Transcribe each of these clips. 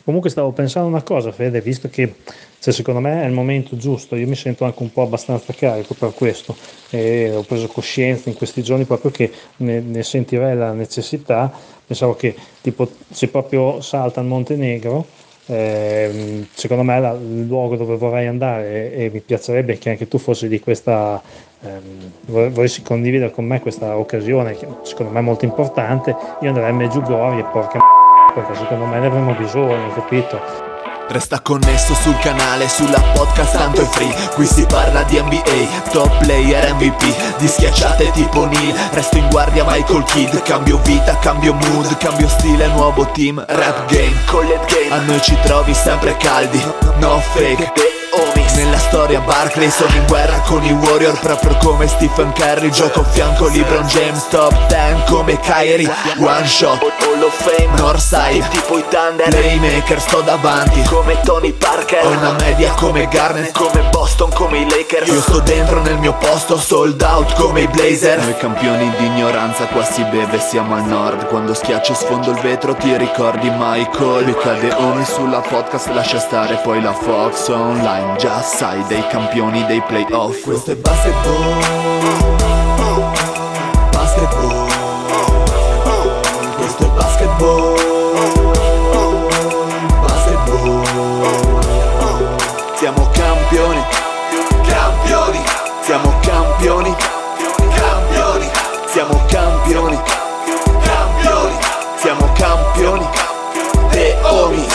Comunque stavo pensando una cosa, Fede, visto che secondo me è il momento giusto, io mi sento anche un po' abbastanza carico per questo e ho preso coscienza in questi giorni proprio che ne sentirei la necessità. Pensavo che tipo se proprio salta il Montenegro, secondo me è il luogo dove vorrei andare e mi piacerebbe che anche tu fossi di questa, volessi condividere con me questa occasione che secondo me è molto importante. Io andrei a Medjugorje e porca perché secondo me ne avremo bisogno, capito? Resta connesso sul canale, sulla podcast tanto è free. Qui si parla di NBA, top player MVP, di schiacciate tipo Neil. Resto in guardia Michael Kidd. Cambio vita, cambio mood, cambio stile, nuovo team. Rap game, collet game, a noi ci trovi sempre caldi. No fake, homies. Nella storia Barkley sono in guerra con i Warrior, proprio come Stephen Curry. Gioco a fianco LeBron James, top 10 come Kyrie. One shot, Hall of Fame, Northside, tipo i Thunder. Playmaker, sto davanti come Tony Parker. Ho una media come Garnett, come Boston, come i Lakers. Io sto dentro nel mio posto, sold out come i Blazer. Noi campioni di ignoranza, qua si beve, siamo al nord. Quando schiaccio sfondo il vetro ti ricordi Michael. Mi cade Omi sulla podcast, lascia stare poi la Fox online. Già sai dei campioni dei playoff. Questo è basketball, basketball. Questo è basketball, basketball. Siamo campioni, campioni. Siamo campioni, campioni. Siamo campioni, campioni. Siamo campioni, The Homies.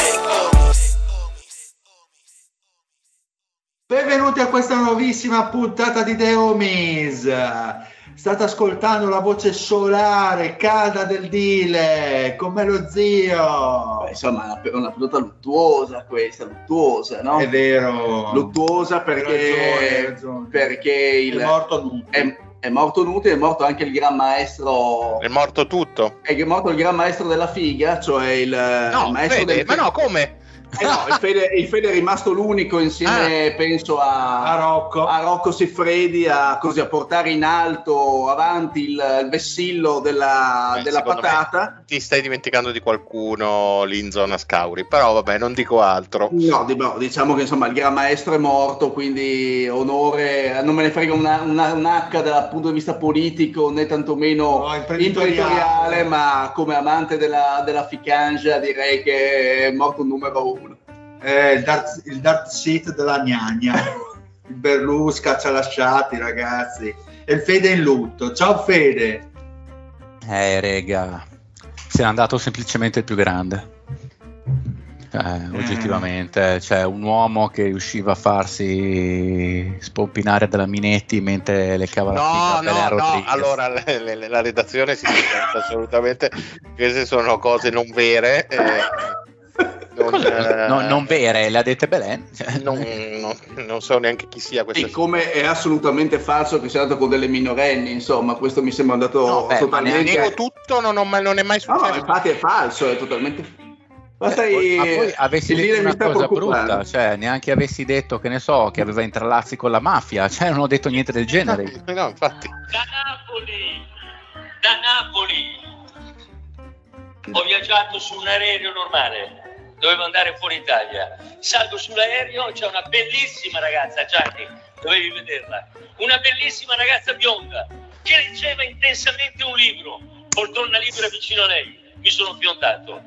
Benvenuti a questa nuovissima puntata di The Homies. State ascoltando la voce solare, calda del Dile, con me lo zio. Insomma, è una puntata luttuosa questa, luttuosa, no? È vero. Luttuosa perché, hai ragione. È morto Nuti. È morto Nuti, è morto anche il gran maestro. È morto tutto. È morto il gran maestro della figa, cioè il maestro Fede, ma no, come? No, il Fede è rimasto l'unico insieme, penso a Rocco Siffredi, a portare in alto avanti il vessillo della patata. Ti stai dimenticando di qualcuno lì in zona Scauri, però vabbè, non dico altro. No, diciamo che insomma il gran maestro è morto, quindi onore, non me ne frega un H dal punto di vista politico né tantomeno imprenditoriale, ma come amante della Ficanja direi che è morto il numero uno. Il Dark Seat della gnagna. Il Berlusca caccia lasciati, ragazzi. E il Fede in lutto. Ciao Fede. Rega, se n'è andato semplicemente il più grande. Oggettivamente, cioè un uomo che riusciva a farsi spompinare dalla Minetti mentre le cava no, allora la redazione si sente assolutamente, queste sono cose non vere. Non vere, le ha dette Belen. Non so neanche chi sia questa. E come è assolutamente falso che sia andato con delle minorenni, insomma, questo mi sembra andato totalmente. Ma nego tutto, non è mai successo. No, infatti è falso, è totalmente. Ma poi avessi detto una cosa brutta, cioè neanche avessi detto, che ne so, che aveva intrallazzi con la mafia, cioè non ho detto niente del genere. No, infatti. Da Napoli ho viaggiato su un aereo normale, dovevo andare fuori Italia, salgo sull'aereo, c'è una bellissima ragazza, Gianni, dovevi vederla, una bellissima ragazza bionda che leggeva intensamente un libro, poltrona libera vicino a lei, mi sono fiondato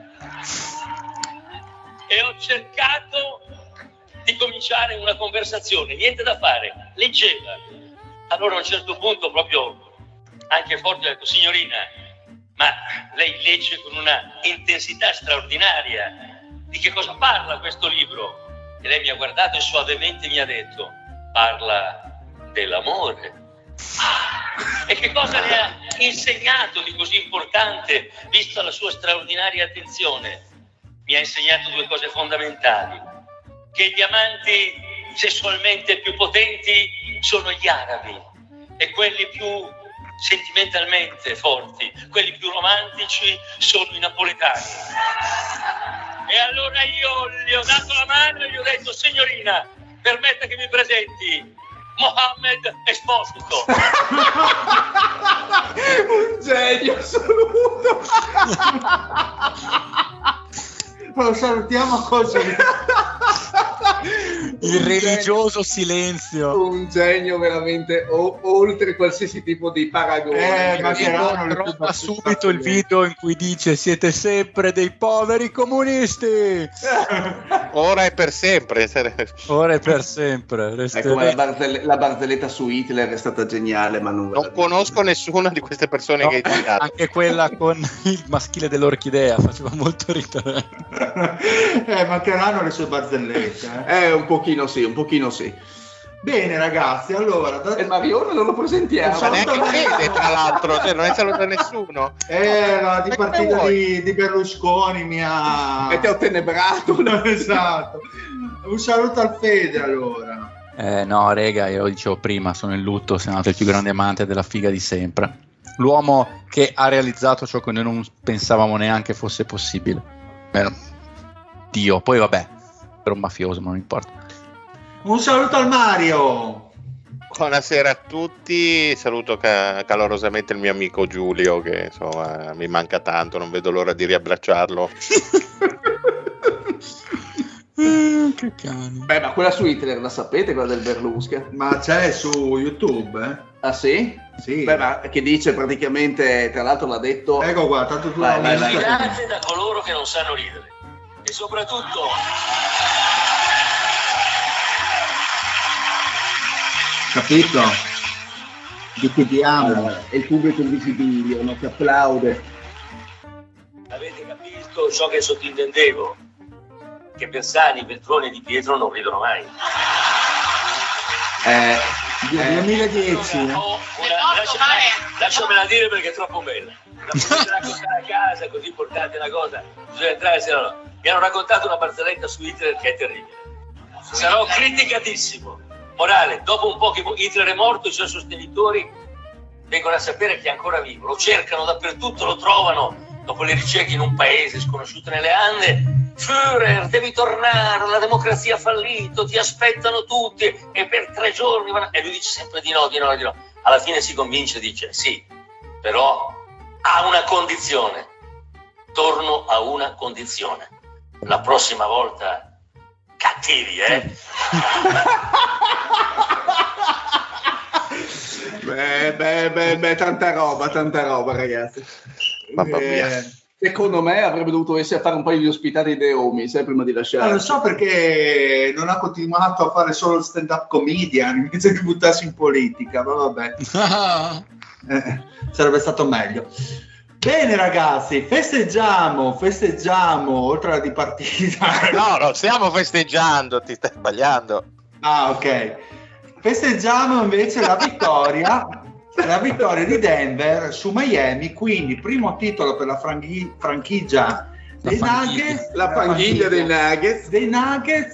e ho cercato di cominciare una conversazione, niente da fare, leggeva. Allora a un certo punto, proprio anche forte, ho detto: signorina, ma lei legge con una intensità straordinaria, di che cosa parla questo libro? E lei mi ha guardato e suavemente mi ha detto: parla dell'amore. E che cosa le ha insegnato di così importante, vista la sua straordinaria attenzione? Mi ha insegnato due cose fondamentali: che gli amanti sessualmente più potenti sono gli arabi e quelli più sentimentalmente forti, quelli più romantici sono i napoletani. E allora io gli ho dato la mano e gli ho detto: signorina, permetta che mi presenti Mohammed Esposito. Un genio assoluto. Lo salutiamo così. Il religioso silenzio. Un genio veramente oltre qualsiasi tipo di paragone. Trova subito il video in cui dice: siete sempre dei poveri comunisti. Ora è per sempre. Ora è per sempre. Come la barzelletta su Hitler è stata geniale, ma non conosco nessuna di queste persone che hai citato. Anche quella con il maschile dell'orchidea faceva molto ridere. Mancheranno le sue barzellette. Un pochino sì. Bene ragazzi, allora il Marione non lo presentiamo, ma neanche Fede, tra l'altro, cioè, non è saluto nessuno. La dipartita di Berlusconi mi ha ottenebrato. Esatto. Un saluto al Fede allora. No rega, io lo dicevo prima, sono in lutto, sono stato il più grande amante della figa di sempre, l'uomo che ha realizzato ciò che noi non pensavamo neanche fosse possibile. Dio, poi vabbè, per un mafioso, ma non importa. Un saluto al Mario. Buonasera a tutti, saluto calorosamente il mio amico Giulio, che insomma mi manca tanto, non vedo l'ora di riabbracciarlo. Che cani. Beh, ma quella su Hitler la sapete, quella del Berlusca? Ma c'è su YouTube, Ah sì? Sì. Beh, ma che dice praticamente, tra l'altro l'ha detto... Ecco qua, tanto tu vai. Ridate da coloro che non sanno ridere. E soprattutto... Capito? Di chiediamo. È il pubblico invisibile, no? Che applaude. Avete capito ciò che sottintendevo? Che Bersani, Veltroni e Di Pietro non ridono mai. 2010. Lasciamela dire perché è troppo bella. La potete raccontare a casa, così portate una cosa. Bisogna entrare, se no. Mi hanno raccontato una barzelletta su Hitler che è terribile. Sarò criticatissimo. Morale, dopo un po' che Hitler è morto, i suoi sostenitori vengono a sapere che è ancora vivo. Lo cercano dappertutto, lo trovano. Dopo le ricerche in un paese sconosciuto nelle Ande, Führer, devi tornare, la democrazia ha fallito, ti aspettano tutti e per 3 giorni e lui dice sempre di no. Alla fine si convince e dice sì, però ha una condizione, torno a una condizione, la prossima volta cattivi, Beh, tanta roba ragazzi. Mamma mia. Secondo me avrebbe dovuto essere a fare un paio di ospitate di Omi, prima di lasciare. Non so perché non ha continuato a fare solo stand-up comedian invece di buttarsi in politica, ma vabbè. Sarebbe stato meglio. Bene ragazzi, festeggiamo, oltre alla dipartita. No, non stiamo festeggiando, ti stai sbagliando. Ah, ok. Festeggiamo invece la vittoria di Denver su Miami, quindi primo titolo per la franchigia dei Nuggets, la franchigia dei Nuggets,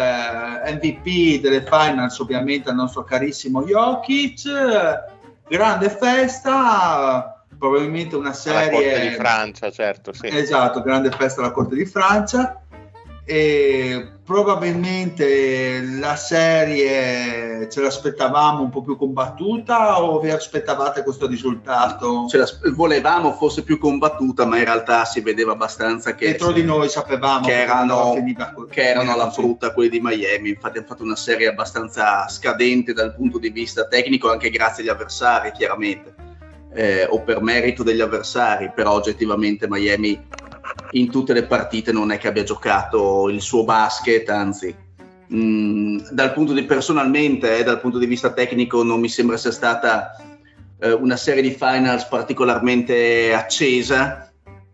MVP delle finals ovviamente il nostro carissimo Jokic, grande festa, probabilmente una serie alla Corte di Francia, certo, sì. Esatto, grande festa alla Corte di Francia. E probabilmente la serie ce l'aspettavamo un po' più combattuta o vi aspettavate questo risultato? Volevamo fosse più combattuta, ma in realtà si vedeva abbastanza che dentro di noi sapevamo che erano alla frutta quelli di Miami. Infatti hanno fatto una serie abbastanza scadente dal punto di vista tecnico, anche grazie agli avversari chiaramente, o per merito degli avversari, però oggettivamente Miami in tutte le partite non è che abbia giocato il suo basket, anzi dal punto di personalmente dal punto di vista tecnico non mi sembra sia stata una serie di finals particolarmente accesa.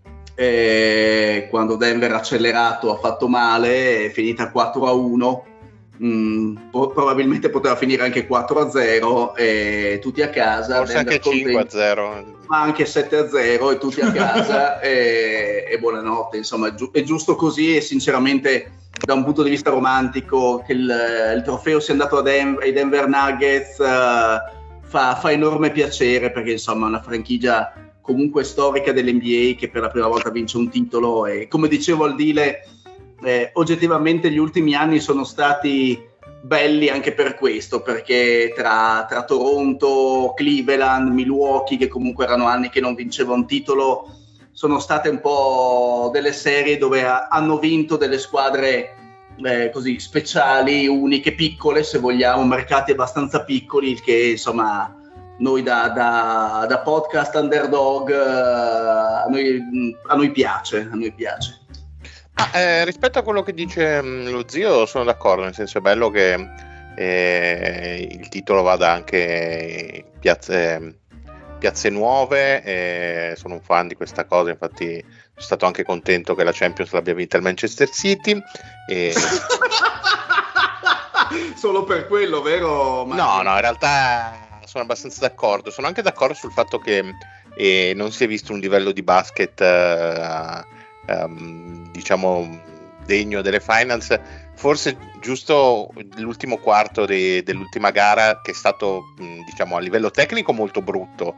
Quando Denver ha accelerato ha fatto male, è finita 4-1, probabilmente poteva finire anche 4-0 e tutti a casa, forse Denver anche 5-0, ma anche 7-0 e tutti a casa e buonanotte. Insomma è giusto così, e sinceramente da un punto di vista romantico che il trofeo sia andato ai Denver Nuggets fa enorme piacere, perché insomma è una franchigia comunque storica dell'NBA che per la prima volta vince un titolo, e come dicevo al Dile, oggettivamente gli ultimi anni sono stati belli anche per questo, perché tra Toronto, Cleveland, Milwaukee, che comunque erano anni che non vinceva un titolo, sono state un po' delle serie dove hanno vinto delle squadre così speciali, uniche, piccole se vogliamo, mercati abbastanza piccoli, il che insomma noi da podcast underdog a noi piace. Rispetto a quello che dice lo zio sono d'accordo, nel senso è bello che il titolo vada anche piazze nuove, sono un fan di questa cosa, infatti sono stato anche contento che la Champions l'abbia vinta il Manchester City solo per quello, vero? No, in realtà sono abbastanza d'accordo, sono anche d'accordo sul fatto che non si è visto un livello di basket diciamo degno delle finals, forse giusto l'ultimo quarto dell'ultima gara, che è stato diciamo a livello tecnico molto brutto,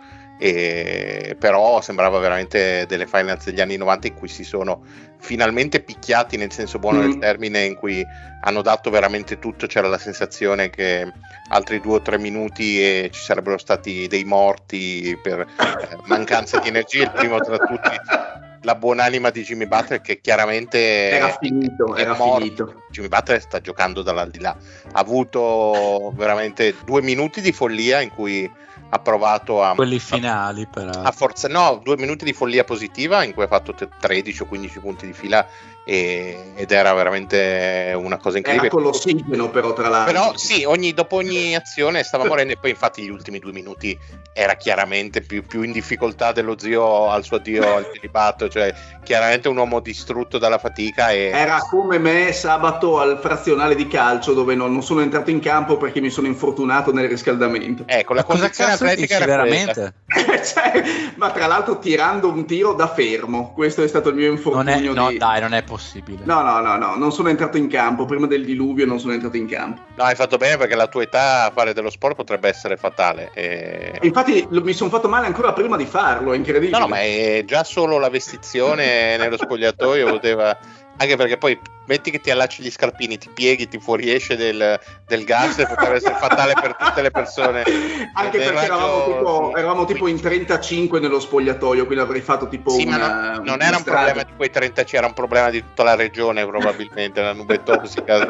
però sembrava veramente delle finals degli anni 90 in cui si sono finalmente picchiati nel senso buono del termine, in cui hanno dato veramente tutto, c'era la sensazione che altri 2 o 3 minuti e ci sarebbero stati dei morti per mancanza di energia, il primo tra tutti la buonanima di Jimmy Butler, che chiaramente era finito. Jimmy Butler sta giocando dall'aldilà, ha avuto veramente 2 minuti di follia in cui ha provato a quelli finali a forza, no, 2 minuti di follia positiva in cui ha fatto 13 o 15 punti di fila ed era veramente una cosa incredibile. Era con l'ossigeno però tra l'altro. Però sì, dopo ogni azione stava morendo, e poi infatti gli ultimi 2 minuti era chiaramente più in difficoltà dello zio al suo addio al celibato, cioè chiaramente un uomo distrutto dalla fatica. Era come me sabato al frazionale di calcio, dove non sono entrato in campo perché mi sono infortunato nel riscaldamento. Ecco, la condizione atletica era veramente ma tra l'altro tirando un tiro da fermo, questo è stato il mio infortunio. Non è possibile. No, non sono entrato in campo prima del diluvio, non sono entrato in campo. No, hai fatto bene, perché la tua età a fare dello sport potrebbe essere fatale. Infatti mi sono fatto male ancora prima di farlo, è incredibile. No, ma è già solo la vestizione nello spogliatoio poteva, anche perché poi metti che ti allacci gli scarpini, ti pieghi, ti fuoriesce del gas, e potrebbe essere fatale per tutte le persone. Anche perché eravamo tipo in 35 nello spogliatoio, quindi avrei fatto tipo ma non era un problema di quei 35, era un problema di tutta la regione probabilmente, la nube tossica.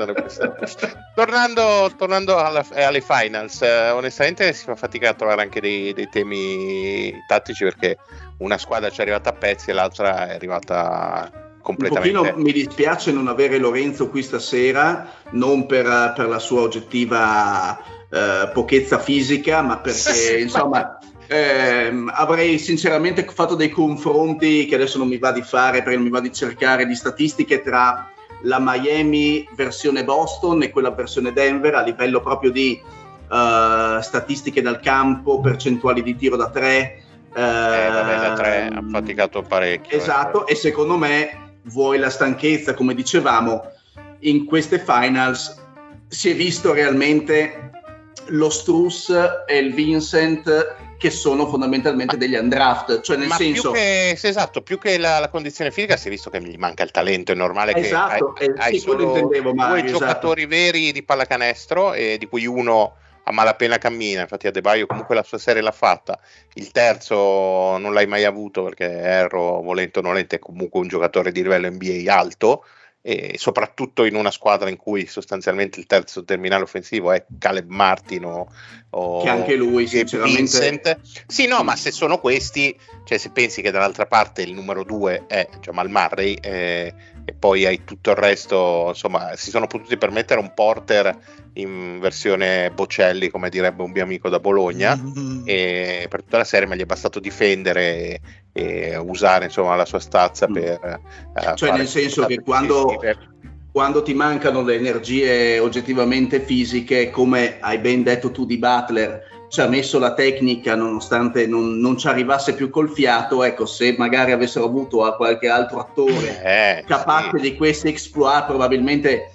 Tornando alle finals, onestamente si fa fatica a trovare anche dei temi tattici, perché una squadra ci è arrivata a pezzi e l'altra è arrivata completamente. Un pochino mi dispiace non avere Lorenzo qui stasera, non per la sua oggettiva pochezza fisica, ma perché insomma avrei sinceramente fatto dei confronti che adesso non mi va di fare, perché non mi va di cercare di statistiche, tra la Miami versione Boston e quella versione Denver, a livello proprio di statistiche dal campo, percentuali di tiro da 3. Da 3 ha faticato parecchio. Esatto, e secondo me, vuoi la stanchezza, come dicevamo, in queste finals si è visto realmente lo Strus e il Vincent, che sono fondamentalmente degli undraft, cioè nel senso più che la condizione fisica, si è visto che gli manca il talento, è normale che hai solo due giocatori veri di pallacanestro, e di cui uno a malapena cammina, infatti Adebayo comunque la sua serie l'ha fatta, il terzo non l'hai mai avuto, perché Herro, volente o nolente, è comunque un giocatore di livello NBA alto, e soprattutto in una squadra in cui sostanzialmente il terzo terminale offensivo è Caleb Martin o che anche lui sinceramente Vincent. Sì, no, ma se sono questi, cioè se pensi che dall'altra parte il numero 2 è Jamal Murray, e poi hai tutto il resto, insomma si sono potuti permettere un Porter in versione Bocelli, come direbbe un mio amico da Bologna, e per tutta la serie, ma gli è bastato difendere e usare insomma la sua stazza per cioè nel senso che quando ti mancano le energie oggettivamente fisiche, come hai ben detto tu di Butler, ci ha messo la tecnica nonostante non ci arrivasse più col fiato. Ecco, se magari avessero avuto a qualche altro attore capace di questi exploit, probabilmente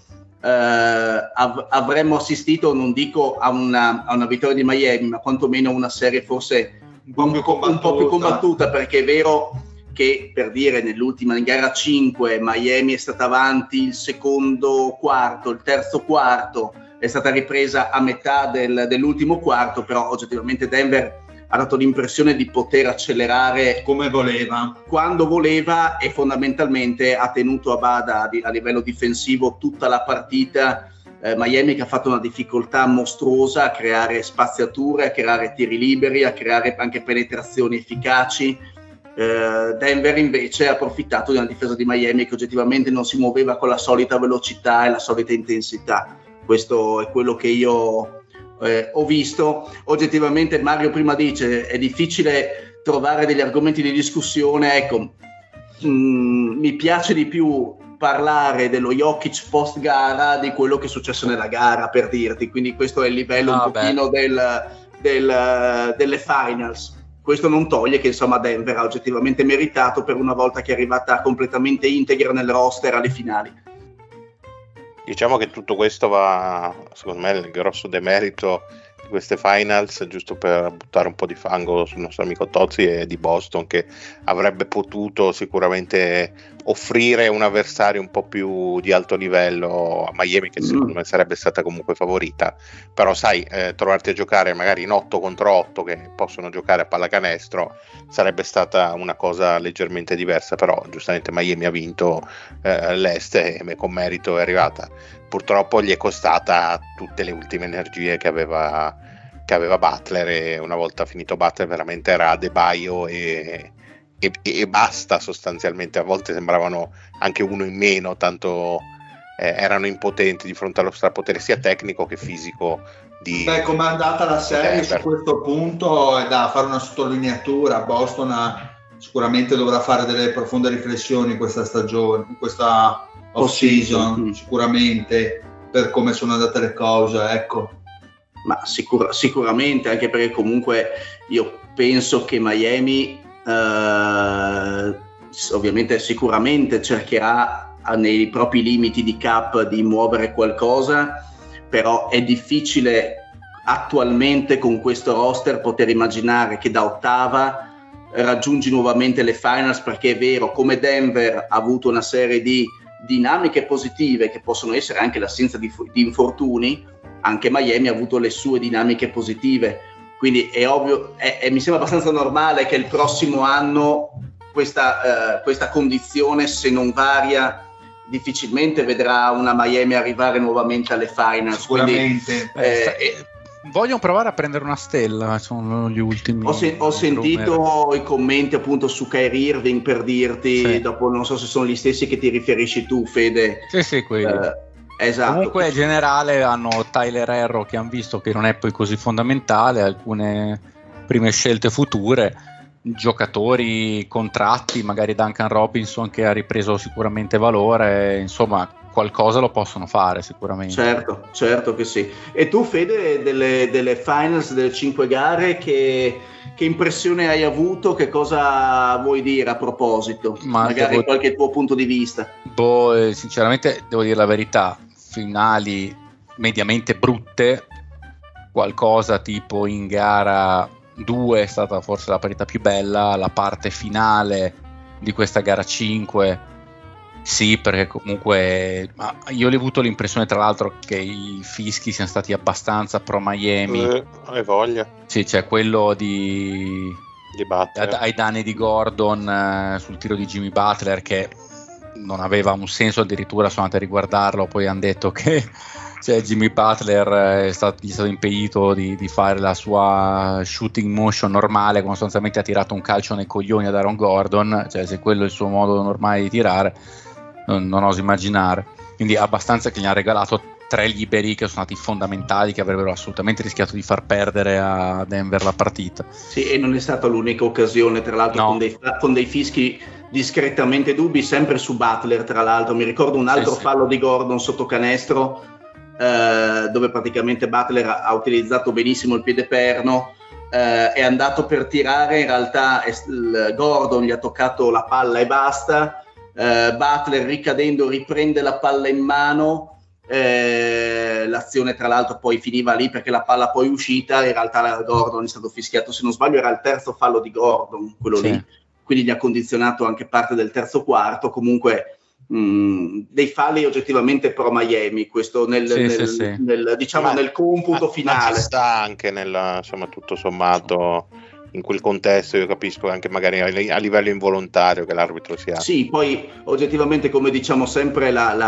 avremmo assistito, non dico a una vittoria di Miami, ma quantomeno a una serie forse un po' più combattuta, perché è vero che, per dire, nell'ultima gara 5 Miami è stata avanti il secondo quarto, il terzo quarto è stata ripresa a metà dell'ultimo quarto, però oggettivamente Denver ha dato l'impressione di poter accelerare come voleva, quando voleva, e fondamentalmente ha tenuto a bada a livello difensivo tutta la partita. Miami che ha fatto una difficoltà mostruosa a creare spaziature, a creare tiri liberi, a creare anche penetrazioni efficaci. Denver invece ha approfittato di una difesa di Miami che oggettivamente non si muoveva con la solita velocità e la solita intensità. Questo è quello che io ho visto. Oggettivamente Mario prima dice è difficile trovare degli argomenti di discussione, ecco, mi piace di più parlare dello Jokic post gara di quello che è successo nella gara, per dirti, quindi questo è il livello un pochino delle finals. Questo non toglie che insomma Denver ha oggettivamente meritato per una volta che è arrivata completamente integra nel roster alle finali. Diciamo che tutto questo va, secondo me, il grosso demerito di queste finals, giusto per buttare un po' di fango sul nostro amico Tozzi, e di Boston, che avrebbe potuto sicuramente offrire un avversario un po' più di alto livello a Miami, che secondo me sarebbe stata comunque favorita. Però sai, trovarti a giocare magari in 8 contro 8 che possono giocare a pallacanestro sarebbe stata una cosa leggermente diversa, però giustamente Miami ha vinto l'Est e con merito è arrivata. Purtroppo gli è costata tutte le ultime energie che aveva Butler, e una volta finito Butler veramente era Adebayo e basta sostanzialmente. A volte sembravano anche uno in meno, tanto erano impotenti di fronte allo strapotere sia tecnico che fisico di come è andata la serie su questo punto è da fare una sottolineatura. Boston sicuramente dovrà fare delle profonde riflessioni in questa stagione, in questa off-season, sicuramente, per come sono andate le cose, ecco. Ma sicuramente, anche perché comunque io penso che Miami ovviamente sicuramente cercherà nei propri limiti di cap di muovere qualcosa, però è difficile attualmente con questo roster poter immaginare che da ottava raggiungi nuovamente le finals, perché è vero, come Denver ha avuto una serie di dinamiche positive che possono essere anche l'assenza di infortuni, anche Miami ha avuto le sue dinamiche positive, quindi è ovvio, mi sembra abbastanza normale che il prossimo anno questa condizione, se non varia, difficilmente vedrà una Miami arrivare nuovamente alle finals. Sicuramente. Voglio provare a prendere una stella, sono gli ultimi. Ho sentito i commenti appunto su Kyrie Irving, per dirti, dopo non so se sono gli stessi che ti riferisci tu, Fede. Sì, quelli. Esatto. Comunque in generale hanno Tyler Herro, che hanno visto che non è poi così fondamentale, alcune prime scelte future, giocatori, contratti, magari Duncan Robinson che ha ripreso sicuramente valore, insomma qualcosa lo possono fare sicuramente. Certo che sì. E tu, Fede, delle finals, delle 5 gare, che impressione hai avuto? Che cosa vuoi dire a proposito? Magari qualche tuo punto di vista. Sinceramente devo dire la verità, finali mediamente brutte, qualcosa tipo in gara 2 è stata forse la partita più bella, la parte finale di questa gara 5 sì, perché comunque io ho avuto l'impressione tra l'altro che i fischi siano stati abbastanza pro Miami, hai voglia, sì, c'è quello di Butler ai danni di Gordon sul tiro di Jimmy Butler che non aveva un senso, addirittura sono andati a riguardarlo, poi hanno detto che Jimmy Butler gli è stato impedito di fare la sua shooting motion normale, quando sostanzialmente ha tirato un calcio nei coglioni ad Aaron Gordon, cioè se quello è il suo modo normale di tirare non oso immaginare, quindi abbastanza che gli ha regalato 3 liberi che sono stati fondamentali, che avrebbero assolutamente rischiato di far perdere a Denver la partita. Sì, e non è stata l'unica occasione, tra l'altro, con dei fischi discretamente dubbi, sempre su Butler, tra l'altro mi ricordo un altro fallo di Gordon sotto canestro, dove praticamente Butler ha utilizzato benissimo il piede perno, è andato per tirare, in realtà Gordon gli ha toccato la palla e basta. Butler, ricadendo, riprende la palla in mano, l'azione tra l'altro poi finiva lì perché la palla poi è uscita, in realtà Gordon è stato fischiato, se non sbaglio era il terzo fallo di Gordon, quello lì, quindi gli ha condizionato anche parte del terzo quarto. Comunque dei falli oggettivamente pro Miami, questo nel diciamo nel computo finale. Ci sta anche nel, insomma, tutto sommato in quel contesto io capisco anche magari a livello involontario che l'arbitro sia. Sì, poi oggettivamente, come diciamo sempre,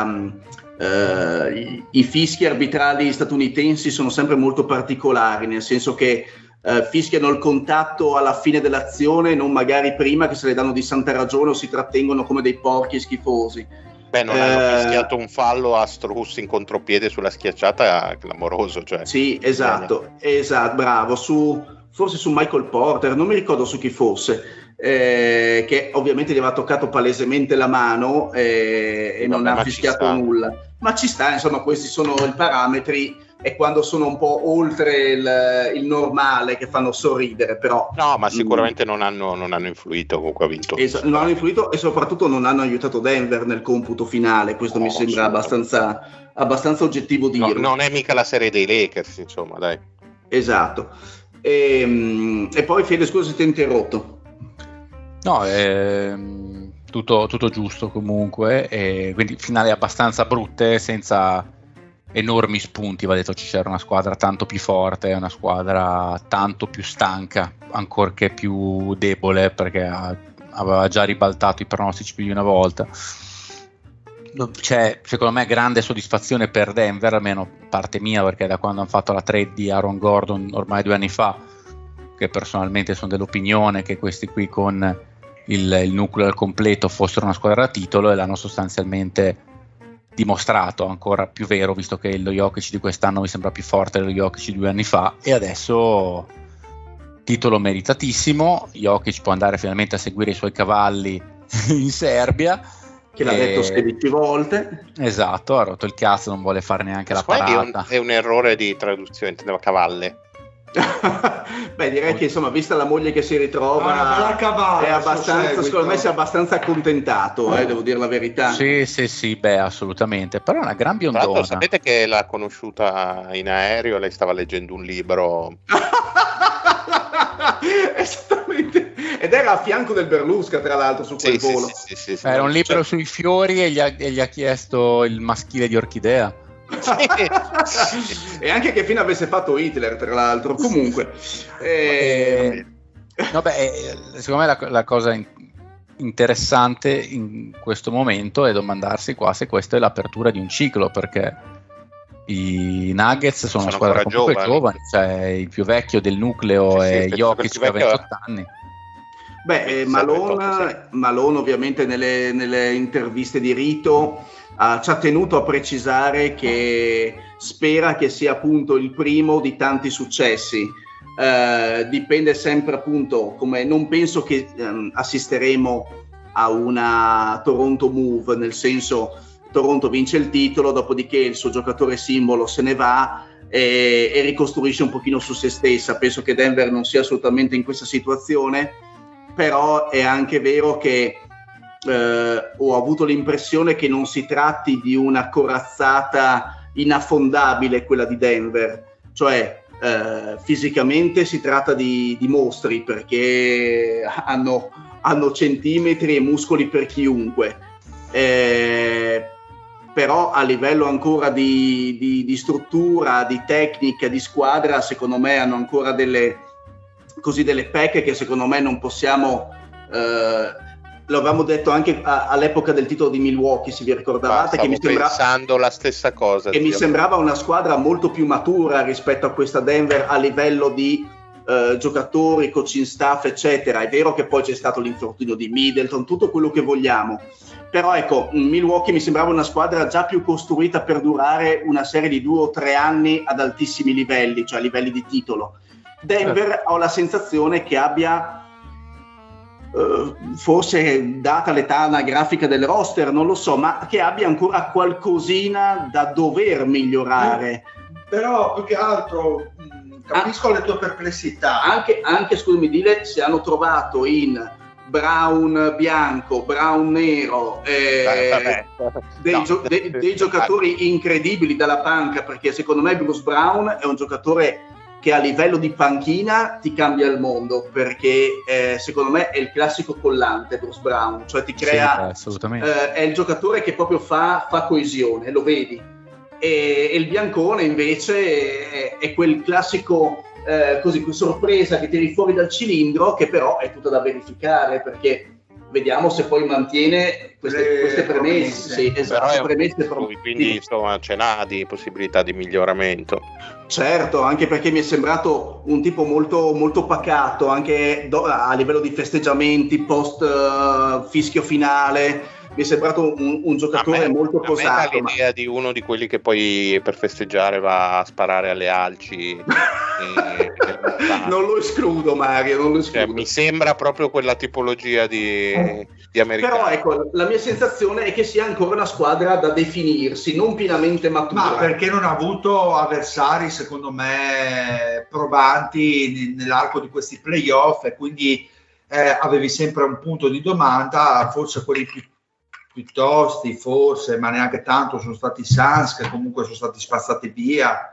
i fischi arbitrali statunitensi sono sempre molto particolari, nel senso che fischiano il contatto alla fine dell'azione, non magari prima, che se le danno di santa ragione o si trattengono come dei porchi schifosi. Beh, non hanno fischiato un fallo a Strus in contropiede sulla schiacciata, clamoroso. Cioè. Sì, esatto, bravo, forse su Michael Porter, non mi ricordo su chi fosse, che ovviamente gli aveva toccato palesemente la mano e non ha fischiato nulla. Ma ci sta, insomma, questi sono i parametri, e quando sono un po' oltre il normale che fanno sorridere, però. No, ma sicuramente non hanno influito, comunque ha vinto. Non hanno influito, e soprattutto non hanto aiutato Denver nel computo finale, questo mi sembra abbastanza oggettivo dirlo. Non è mica la serie dei Lakers, insomma, dai. Esatto. E poi Fede, scusa se ti ho interrotto. No, tutto giusto comunque, e quindi finali abbastanza brutte, senza enormi spunti. Va detto, c'era una squadra tanto più forte, una squadra tanto più stanca, ancorché più debole, perché aveva già ribaltato i pronostici più di una volta. C'è, secondo me, grande soddisfazione per Denver, almeno parte mia, perché da quando hanno fatto la trade di Aaron Gordon ormai 2 anni fa, che personalmente sono dell'opinione che questi qui con il nucleo al completo fossero una squadra da titolo, e l'hanno sostanzialmente dimostrato. Ancora più vero, visto che lo Jokic di quest'anno mi sembra più forte dello Jokic di 2 anni fa, e adesso titolo meritatissimo. Jokic può andare finalmente a seguire i suoi cavalli in Serbia, che l'ha detto 16 volte. Esatto, ha rotto il cazzo, non vuole fare neanche la parata. È un errore di traduzione, intendeva cavalle. Beh, direi che insomma, vista la moglie che si ritrova, è abbastanza, secondo me si è abbastanza accontentato, devo dire la verità. Sì, beh, assolutamente. Però è una gran biondona. Sapete che l'ha conosciuta in aereo, lei stava leggendo un libro. Esattamente, ed era a fianco del Berlusca, tra l'altro, su quel volo. Sì, era un libro sui fiori, e gli ha chiesto il maschile di Orchidea. E anche che fine avesse fatto Hitler, tra l'altro. Comunque secondo me la cosa interessante in questo momento è domandarsi qua se questa è l'apertura di un ciclo, perché i Nuggets sono una squadra comunque giovane, cioè il più vecchio del nucleo è Jokic, che ha 28 anni. Beh, Malone ovviamente nelle interviste di rito ci ha tenuto a precisare che spera che sia appunto il primo di tanti successi. Dipende sempre, appunto, come non penso che assisteremo a una Toronto move, nel senso Toronto vince il titolo, dopodiché il suo giocatore simbolo se ne va e ricostruisce un pochino su se stessa. Penso che Denver non sia assolutamente in questa situazione, però è anche vero che ho avuto l'impressione che non si tratti di una corazzata inaffondabile quella di Denver, cioè fisicamente si tratta di mostri, perché hanno centimetri e muscoli per chiunque, però a livello ancora di struttura, di tecnica, di squadra, secondo me hanno ancora delle pecche che secondo me non possiamo. Lo avevamo detto anche all'epoca del titolo di Milwaukee, se vi ricordavate, che mi pensando la stessa cosa, che mi sembrava una squadra molto più matura rispetto a questa Denver a livello di giocatori, coaching staff, eccetera. È vero che poi c'è stato l'infortunio di Middleton, tutto quello che vogliamo, però ecco, Milwaukee mi sembrava una squadra già più costruita per durare una serie di 2 o 3 anni ad altissimi livelli, cioè a livelli di titolo. Denver ho la sensazione che abbia forse, data l'età anagrafica del roster, non lo so, ma che abbia ancora qualcosina da dover migliorare. Però più che altro capisco le tue perplessità. Anche scusami, Dile, se hanno trovato in Brown bianco, Brown nero, dei giocatori incredibili dalla panca, perché secondo me Bruce Brown è un giocatore che a livello di panchina ti cambia il mondo, perché secondo me è il classico collante Bruce Brown, cioè ti crea, assolutamente. È il giocatore che proprio fa coesione, lo vedi, e il biancone invece è quel classico così sorpresa che tiri fuori dal cilindro, che però è tutta da verificare, perché vediamo se poi mantiene queste premesse. Sì, esatto, quindi insomma ce n'ha di possibilità di miglioramento. Certo, anche perché mi è sembrato un tipo molto, molto pacato, anche a livello di festeggiamenti post fischio finale. Mi è sembrato un giocatore molto posato. A me l'idea di uno di quelli che poi per festeggiare va a sparare alle alci. Non lo escludo, Mario, non lo escludo. Mi sembra proprio quella tipologia di americani. Però ecco, la mia sensazione è che sia ancora una squadra da definirsi, non pienamente matura. Ma perché non ha avuto avversari, secondo me, probanti nell'arco di questi playoff, e quindi avevi sempre un punto di domanda. Forse quelli piuttosti, forse, ma neanche tanto, sono stati i Suns, che comunque sono stati spazzati via,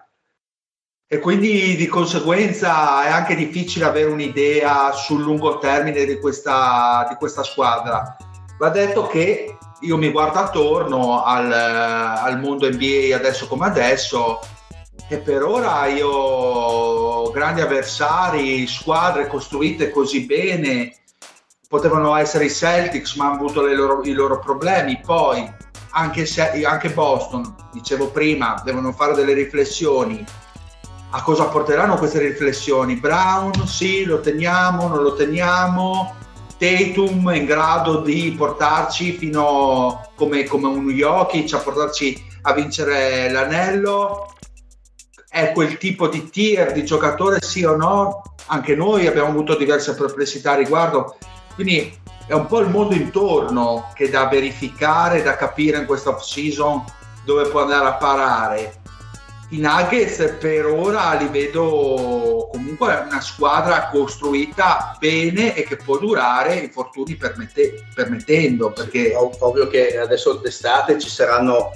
e quindi di conseguenza è anche difficile avere un'idea sul lungo termine di questa squadra. Va detto che io mi guardo attorno al mondo NBA adesso come adesso, e per ora io ho grandi avversari, squadre costruite così bene. Potevano essere i Celtics, ma hanno avuto i loro problemi. Poi anche Boston, dicevo prima, devono fare delle riflessioni. A cosa porteranno queste riflessioni? Brown, sì, lo teniamo, non lo teniamo. Tatum è in grado di portarci fino come un Jokic, a portarci a vincere l'anello? È quel tipo di tier di giocatore, sì o no? Anche noi abbiamo avuto diverse perplessità a riguardo. Quindi è un po' il mondo intorno che da verificare, da capire in questa off-season dove può andare a parare. I Nuggets per ora li vedo comunque una squadra costruita bene e che può durare, infortuni permettendo, perché ovvio che adesso d'estate ci saranno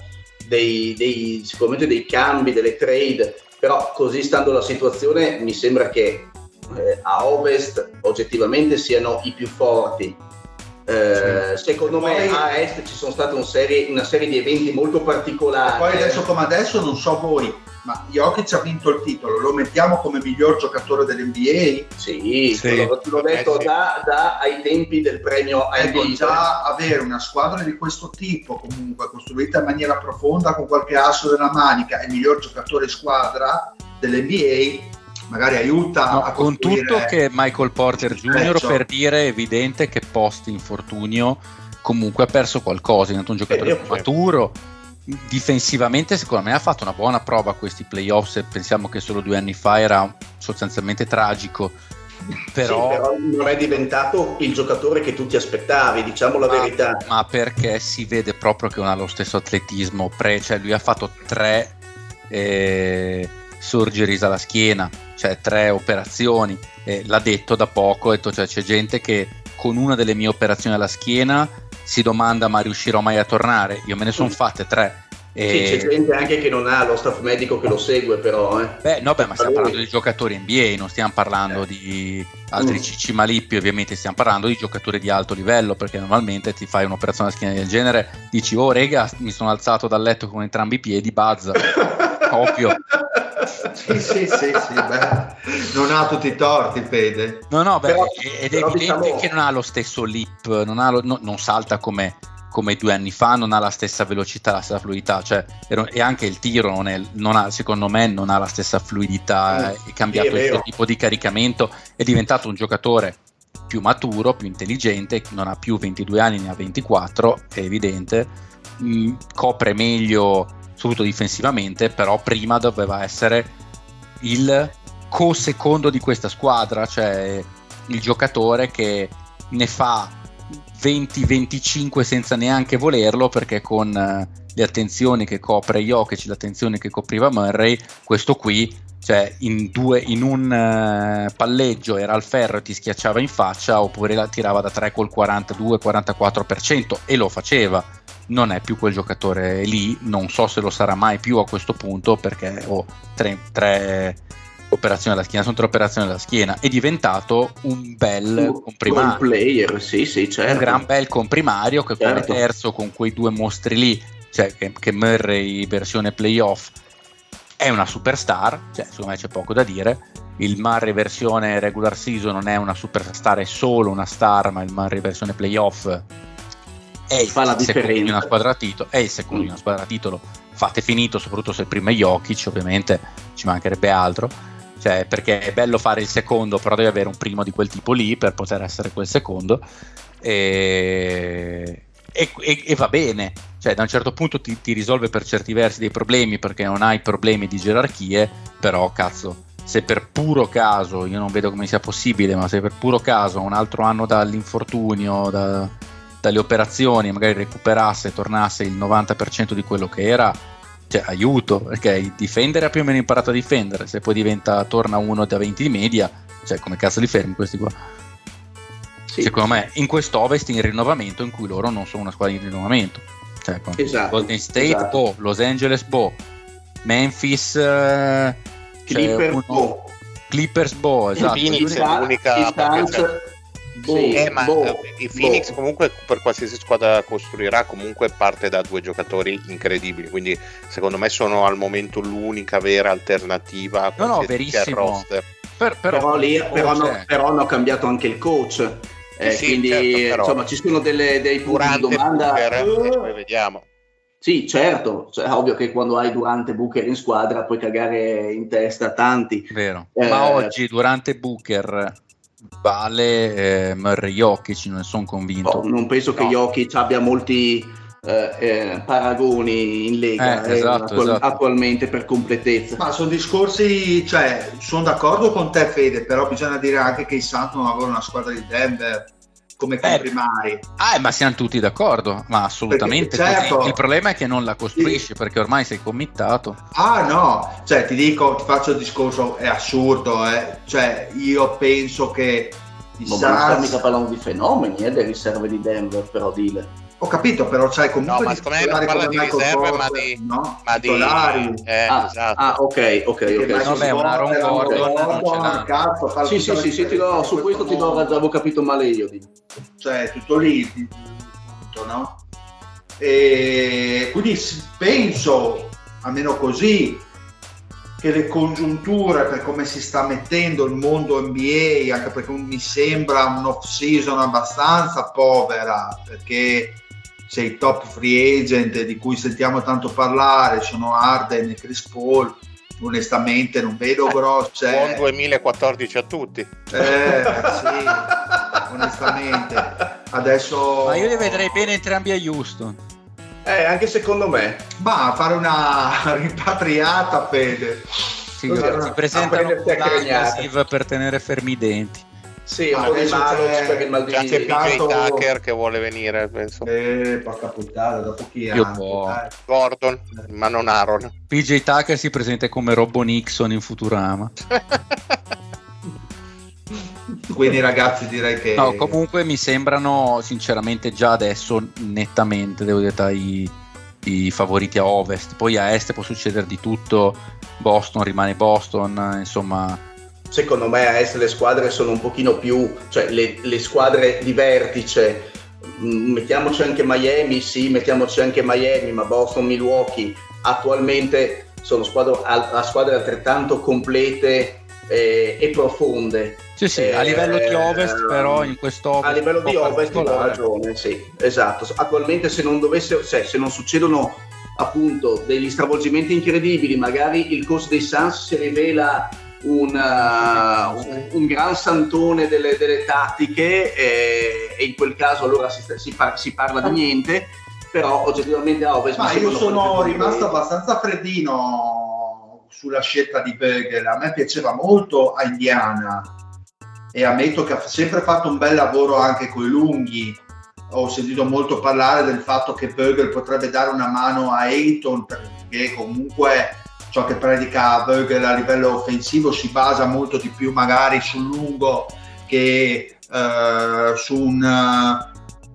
sicuramente dei cambi, delle trade, però così stando la situazione mi sembra che a Ovest oggettivamente siano i più forti. Secondo me a Est ci sono state una serie di eventi molto particolari. E poi adesso come adesso, non so voi, ma Jokic ha vinto il titolo, lo mettiamo come miglior giocatore dell'NBA? Sì. L'ho detto da ai tempi del premio NBA. Già avere una squadra di questo tipo, comunque costruita in maniera profonda con qualche asso della manica, e miglior giocatore squadra dell'NBA, magari aiuta a con tutto che Michael Porter Jr. per dire è evidente che post infortunio comunque ha perso qualcosa, è diventato un giocatore più maturo. Difensivamente secondo me ha fatto una buona prova a questi playoff, se pensiamo che solo 2 anni fa era sostanzialmente tragico, però non è diventato il giocatore che tu ti aspettavi, diciamo la verità. Ma perché si vede proprio che non ha lo stesso atletismo, cioè lui ha fatto 3 surgeries alla schiena, cioè 3 operazioni, l'ha detto da poco, cioè c'è gente che con una delle mie operazioni alla schiena si domanda ma riuscirò mai a tornare. Io me ne sono fatte 3. C'è gente anche che non ha lo staff medico che lo segue, però ma stiamo parlando di giocatori NBA, non stiamo parlando di altri Cicci Malippi, ovviamente stiamo parlando di giocatori di alto livello, perché normalmente ti fai un'operazione alla schiena del genere, dici rega, mi sono alzato dal letto con entrambi i piedi, bazza. Ovvio. Sì, non ha tutti i torti, Fede. Però, ed è evidente che non ha lo stesso leap, non salta come 2 anni fa, non ha la stessa velocità, la stessa fluidità, cioè, e anche il tiro secondo me non ha la stessa fluidità, è cambiato il suo tipo di caricamento, è diventato un giocatore più maturo, più intelligente, non ha più 22 anni, ne ha 24, è evidente, copre meglio soprattutto difensivamente, però prima doveva essere il co-secondo di questa squadra, cioè il giocatore che ne fa 20-25 senza neanche volerlo, perché con le attenzioni che copre Jokic, l'attenzione che copriva Murray, questo qui, cioè in un palleggio era al ferro e ti schiacciava in faccia, oppure la tirava da 3 col 42-44%, e lo faceva. Non è più quel giocatore lì, non so se lo sarà mai più a questo punto, perché 3 operazioni alla schiena, sono 3 operazioni alla schiena, è diventato un bel comprimario, player, sì, certo. Un gran bel comprimario che come terzo con quei 2 mostri lì, cioè che Murray versione playoff è una superstar, cioè secondo me c'è poco da dire. Il Murray versione regular season non è una superstar, è solo una star, ma il Murray versione playoff è il secondo di una squadra a titolo, è il secondo di una squadra a titolo. Fate finito, soprattutto se prima è Jokic, ovviamente ci mancherebbe altro, cioè, perché è bello fare il secondo, però devi avere un primo di quel tipo lì per poter essere quel secondo, e va bene, cioè da un certo punto ti risolve per certi versi dei problemi, perché non hai problemi di gerarchie, però cazzo, se per puro caso, io non vedo come sia possibile, ma se per puro caso un altro anno dall'infortunio, dalle operazioni, magari recuperasse e tornasse il 90% di quello che era, cioè aiuto, perché il difendere ha più o meno imparato a difendere, se poi torna uno da 20 di media, cioè come cazzo li fermi questi qua? Sì. Secondo me in questo Ovest in rinnovamento, in cui loro non sono una squadra in rinnovamento, cioè Golden State, Los Angeles, Memphis, Clippers, esatto. Phoenix è l'unica i Phoenix comunque per qualsiasi squadra costruirà comunque parte da due giocatori incredibili, quindi secondo me sono al momento l'unica vera alternativa verissimo. Roster. Però hanno cambiato anche il coach, quindi certo, insomma ci sono dei punti di domanda poi vediamo. Sì, certo, cioè, ovvio che quando hai Durant e Booker in squadra puoi cagare in testa tanti. Vero. Ma oggi Durant e Booker vale Murray Jokic, non sono convinto. Non penso che Jokic abbia molti paragoni in Lega attualmente per completezza. Ma sono discorsi, cioè sono d'accordo con te Fede, però bisogna dire anche che i Suns non avevano una squadra di Denver come comprimari. Ma siamo tutti d'accordo, ma assolutamente perché, certo, il problema è che non la costruisci perché ormai sei committato. No, cioè ti faccio il discorso, è assurdo, cioè io penso che i Suns... non sto mica parlando di fenomeni, delle riserve di Denver, però dile. Ho capito, però c'hai comunque ma secondo me non parla di riserve, ma di esatto. Ok. Vabbè, un Aaron Gordon. Sì, su questo ti do, avevo capito male io. Cioè, tutto lì, no? E quindi penso, almeno così, che le congiunture per come si sta mettendo il mondo NBA, anche perché mi sembra un off season abbastanza povera, perché se i top free agent di cui sentiamo tanto parlare sono Harden e Chris Paul, onestamente non vedo grosse. Buon 2014 a tutti. Sì, onestamente. Adesso. Ma io li vedrei bene entrambi a Houston. Anche secondo me. Ma fare una rimpatriata, Fede. Sì, si presentano per tenere fermi i denti. Sì, un po' di Malox per il mal di c'è PJ Tucker che vuole venire, penso. Porca puttana, dopo chi è? Gordon, ma non Aaron. PJ Tucker si presenta come Robbo Nixon in Futurama. Quindi ragazzi direi che... No, comunque mi sembrano sinceramente già adesso nettamente, devo dire, i favoriti a Ovest. Poi a Est può succedere di tutto, Boston rimane Boston, insomma... Secondo me a Est le squadre sono un pochino più, cioè le squadre di vertice, mettiamoci anche Miami, ma Boston, Milwaukee attualmente sono squadre altrettanto complete e profonde. Sì, a livello di Ovest, però in questo a livello di Ovest ho ragione, sì, esatto. Attualmente se non succedono appunto degli stravolgimenti incredibili, magari il coach dei Suns si rivela un gran santone delle tattiche e in quel caso allora si parla di niente, però oggettivamente a Ovest. Ma io sono rimasto abbastanza freddino sulla scelta di Vogel. A me piaceva molto a Indiana e ammetto che ha sempre fatto un bel lavoro anche coi lunghi. Ho sentito molto parlare del fatto che Vogel potrebbe dare una mano a Ayton, perché comunque ciò che predica Vogel a livello offensivo si basa molto di più magari sul lungo che su un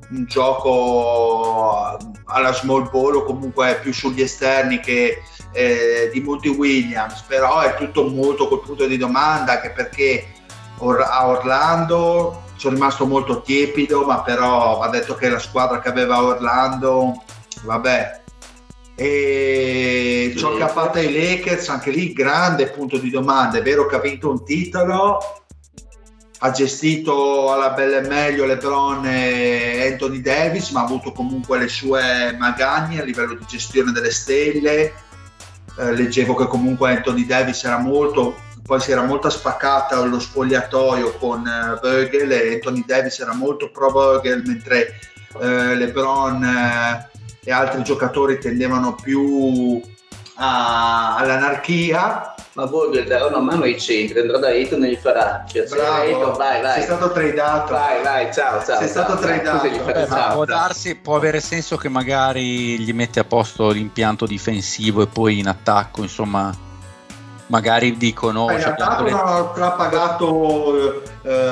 gioco alla small ball o comunque più sugli esterni che di Monty Williams. Però è tutto molto col punto di domanda, anche perché a Orlando sono rimasto molto tiepido, ma però va detto che la squadra che aveva Orlando, vabbè, e ciò che ha fatto ai Lakers, anche lì grande punto di domanda. È vero che ha vinto un titolo, ha gestito alla bella e meglio LeBron e Anthony Davis, ma ha avuto comunque le sue magagne a livello di gestione delle stelle. Leggevo che comunque Anthony Davis poi si era molto spaccata allo spogliatoio con Vogel, e Anthony Davis era molto pro Vogel, mentre LeBron e altri giocatori tendevano più all'anarchia. Ma Vogel darà una mano ai centri, andrà da Ayton e gli farà bravo, vai. Sei stato tradato. Vai, ciao. Sei stato tradato. Può darsi, può avere senso che magari gli mette a posto l'impianto difensivo e poi in attacco, insomma, magari dicono. In attacco l'ha pagato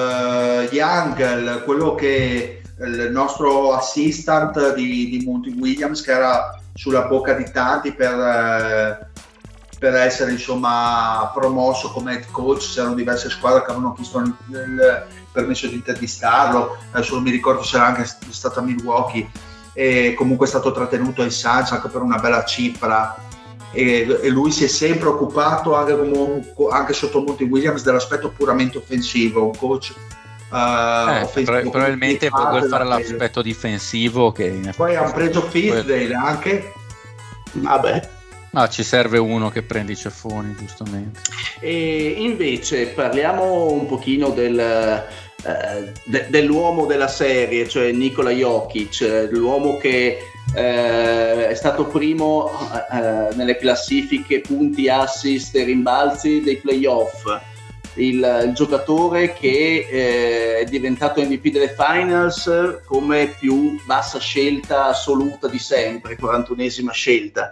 Young, quello che il nostro assistant di Monty Williams, che era sulla bocca di tanti per essere insomma promosso come head coach. C'erano diverse squadre che avevano chiesto il permesso di intervistarlo, adesso non mi ricordo se era anche stata Milwaukee, e comunque è stato trattenuto ai Suns anche per una bella cifra, e lui si è sempre occupato anche sotto Monty Williams dell'aspetto puramente offensivo, un coach offensivo, probabilmente vuol fare l'aspetto difensivo, che poi hanno preso Fizdale anche. Vabbè, ci serve uno che prende i ceffoni, giustamente. E invece parliamo un pochino dell'uomo della serie, cioè Nikola Jokic, l'uomo che è stato primo nelle classifiche punti, assist e rimbalzi dei playoff, il giocatore che è diventato MVP delle finals come più bassa scelta assoluta di sempre, 41esima scelta,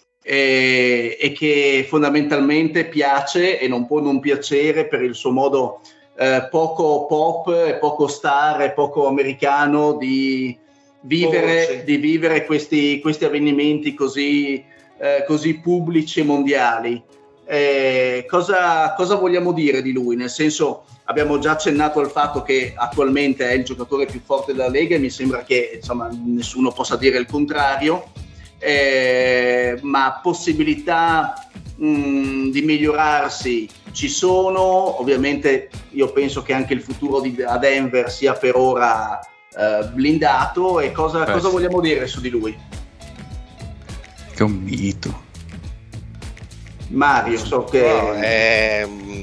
e che fondamentalmente piace e non può non piacere per il suo modo poco pop e poco star e poco americano di vivere questi avvenimenti così pubblici e mondiali. Cosa vogliamo dire di lui? Nel senso, abbiamo già accennato al fatto che attualmente è il giocatore più forte della Lega, e mi sembra che insomma nessuno possa dire il contrario, ma possibilità di migliorarsi ci sono. Ovviamente io penso che anche il futuro a Denver sia per ora blindato. E cosa vogliamo dire su di lui? Che è un mito. Mario, so che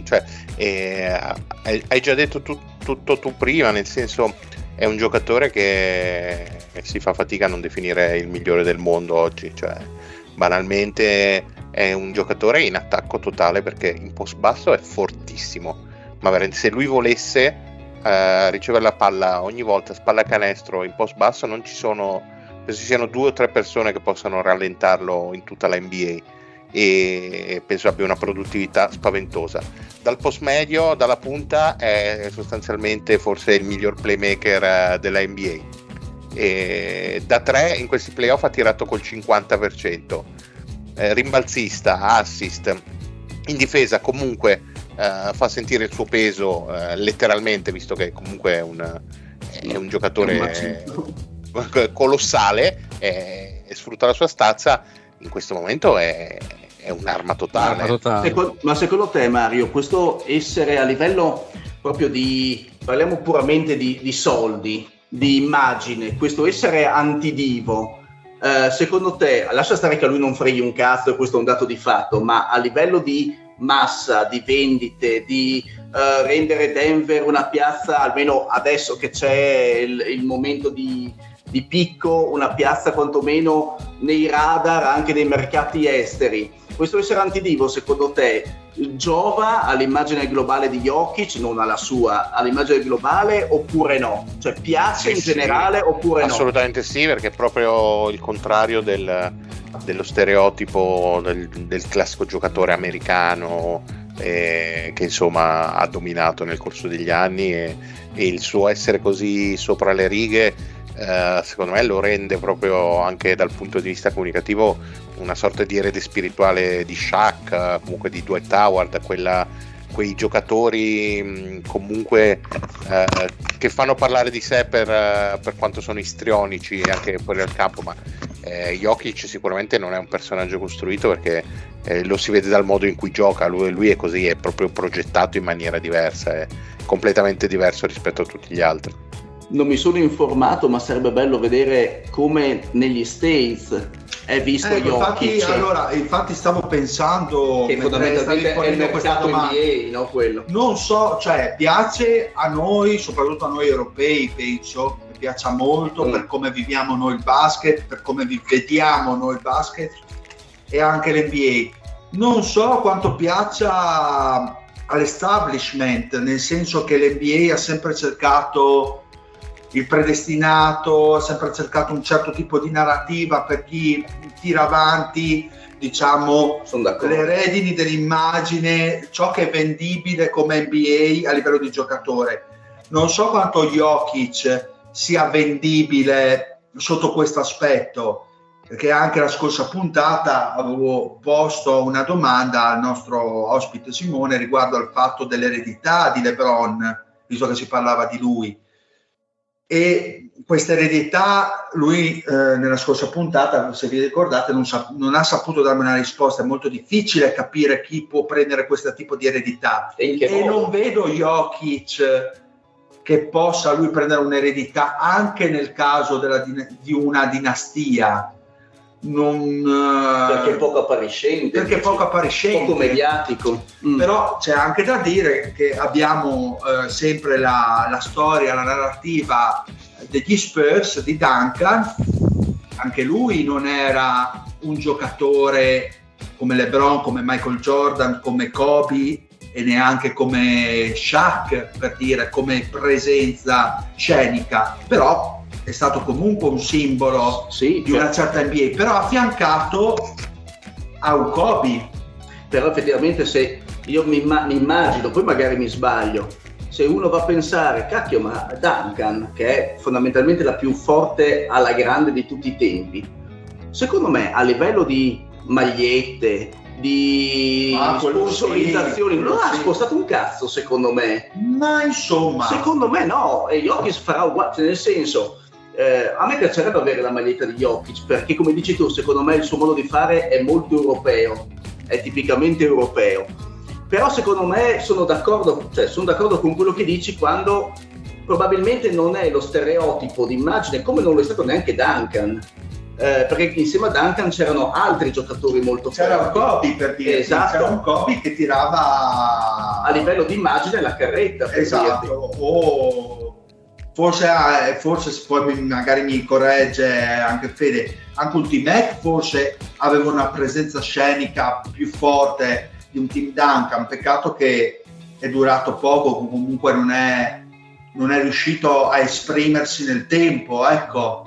hai già detto tutto tu prima, nel senso è un giocatore che si fa fatica a non definire il migliore del mondo oggi, cioè banalmente è un giocatore in attacco totale, perché in post basso è fortissimo, ma veramente se lui volesse ricevere la palla ogni volta, spalla canestro in post basso, non ci sono, penso ci siano 2 o 3 persone che possano rallentarlo in tutta la NBA, e penso abbia una produttività spaventosa. Dal post medio, dalla punta, è sostanzialmente forse il miglior playmaker della NBA, e da 3 in questi playoff ha tirato col 50%, rimbalzista, assist, in difesa comunque fa sentire il suo peso letteralmente, visto che comunque è un giocatore colossale, e sfrutta la sua stazza. In questo momento è un'arma totale. Ma secondo te, Mario, questo essere a livello proprio parliamo puramente di soldi, di immagine, questo essere antidivo, secondo te, lascia stare che a lui non freghi un cazzo, e questo è un dato di fatto, ma a livello di massa, di vendite, di rendere Denver una piazza, almeno adesso che c'è il momento di picco, una piazza quantomeno nei radar anche dei mercati esteri, questo essere antidivo secondo te giova all'immagine globale di Jokic, non alla sua, all'immagine globale, oppure no? Cioè piace in generale oppure no? Assolutamente sì, perché è proprio il contrario dello stereotipo del classico giocatore americano che insomma ha dominato nel corso degli anni, e il suo essere così sopra le righe secondo me lo rende proprio, anche dal punto di vista comunicativo, una sorta di erede spirituale di Shaq, comunque di Dwight Howard, quei giocatori comunque che fanno parlare di sé per quanto sono istrionici anche fuori dal campo, ma Jokic sicuramente non è un personaggio costruito, perché lo si vede dal modo in cui gioca, lui è così, è proprio progettato in maniera diversa, è completamente diverso rispetto a tutti gli altri. Non mi sono informato, ma sarebbe bello vedere come negli States è visto Jokic. Infatti stavo pensando che fondamentalmente è il mercato NBA, no, quello. Non so, cioè piace a noi, soprattutto a noi europei, penso, che piaccia molto per come viviamo noi il basket, per come vediamo noi il basket e anche l'NBA. Non so quanto piaccia all'establishment, nel senso che l'NBA ha sempre cercato il predestinato, ha sempre cercato un certo tipo di narrativa per chi tira avanti, diciamo, le redini dell'immagine, ciò che è vendibile come NBA a livello di giocatore. Non so quanto Jokic sia vendibile sotto questo aspetto, perché anche la scorsa puntata avevo posto una domanda al nostro ospite Simone riguardo al fatto dell'eredità di LeBron, visto che si parlava di lui. E questa eredità lui nella scorsa puntata, se vi ricordate, non ha saputo darmi una risposta. È molto difficile capire chi può prendere questo tipo di eredità e non vedo Jokic che possa lui prendere un'eredità anche nel caso di una dinastia, perché è poco appariscente, poco mediatico. Però c'è anche da dire che abbiamo sempre la storia, la narrativa degli Spurs di Duncan. Anche lui non era un giocatore come LeBron, come Michael Jordan, come Kobe e neanche come Shaq, per dire, come presenza scenica, però è stato comunque un simbolo di una certa NBA, però affiancato a un Kobe. Però effettivamente, se io mi immagino, poi magari mi sbaglio, se uno va a pensare, cacchio, ma Duncan, che è fondamentalmente la più forte alla grande di tutti i tempi, secondo me a livello di magliette, di sponsorizzazioni, non ha spostato un cazzo, secondo me. Ma insomma, secondo me no, e Jokic farà uguale, nel senso, a me piacerebbe avere la maglietta di Jokic, perché come dici tu, secondo me il suo modo di fare è molto europeo, è tipicamente europeo. Però secondo me sono d'accordo con quello che dici, quando probabilmente non è lo stereotipo di immagine, come non lo è stato neanche Duncan, perché insieme a Duncan c'erano altri giocatori molto forti. C'era un Kobe, per dire, esatto. C'era un Kobe che tirava a livello di immagine la carretta, per esatto, o forse poi magari mi corregge anche Fede, anche un T-Mac forse aveva una presenza scenica più forte di un Team Duncan. Peccato che è durato poco, comunque non è riuscito a esprimersi nel tempo, ecco.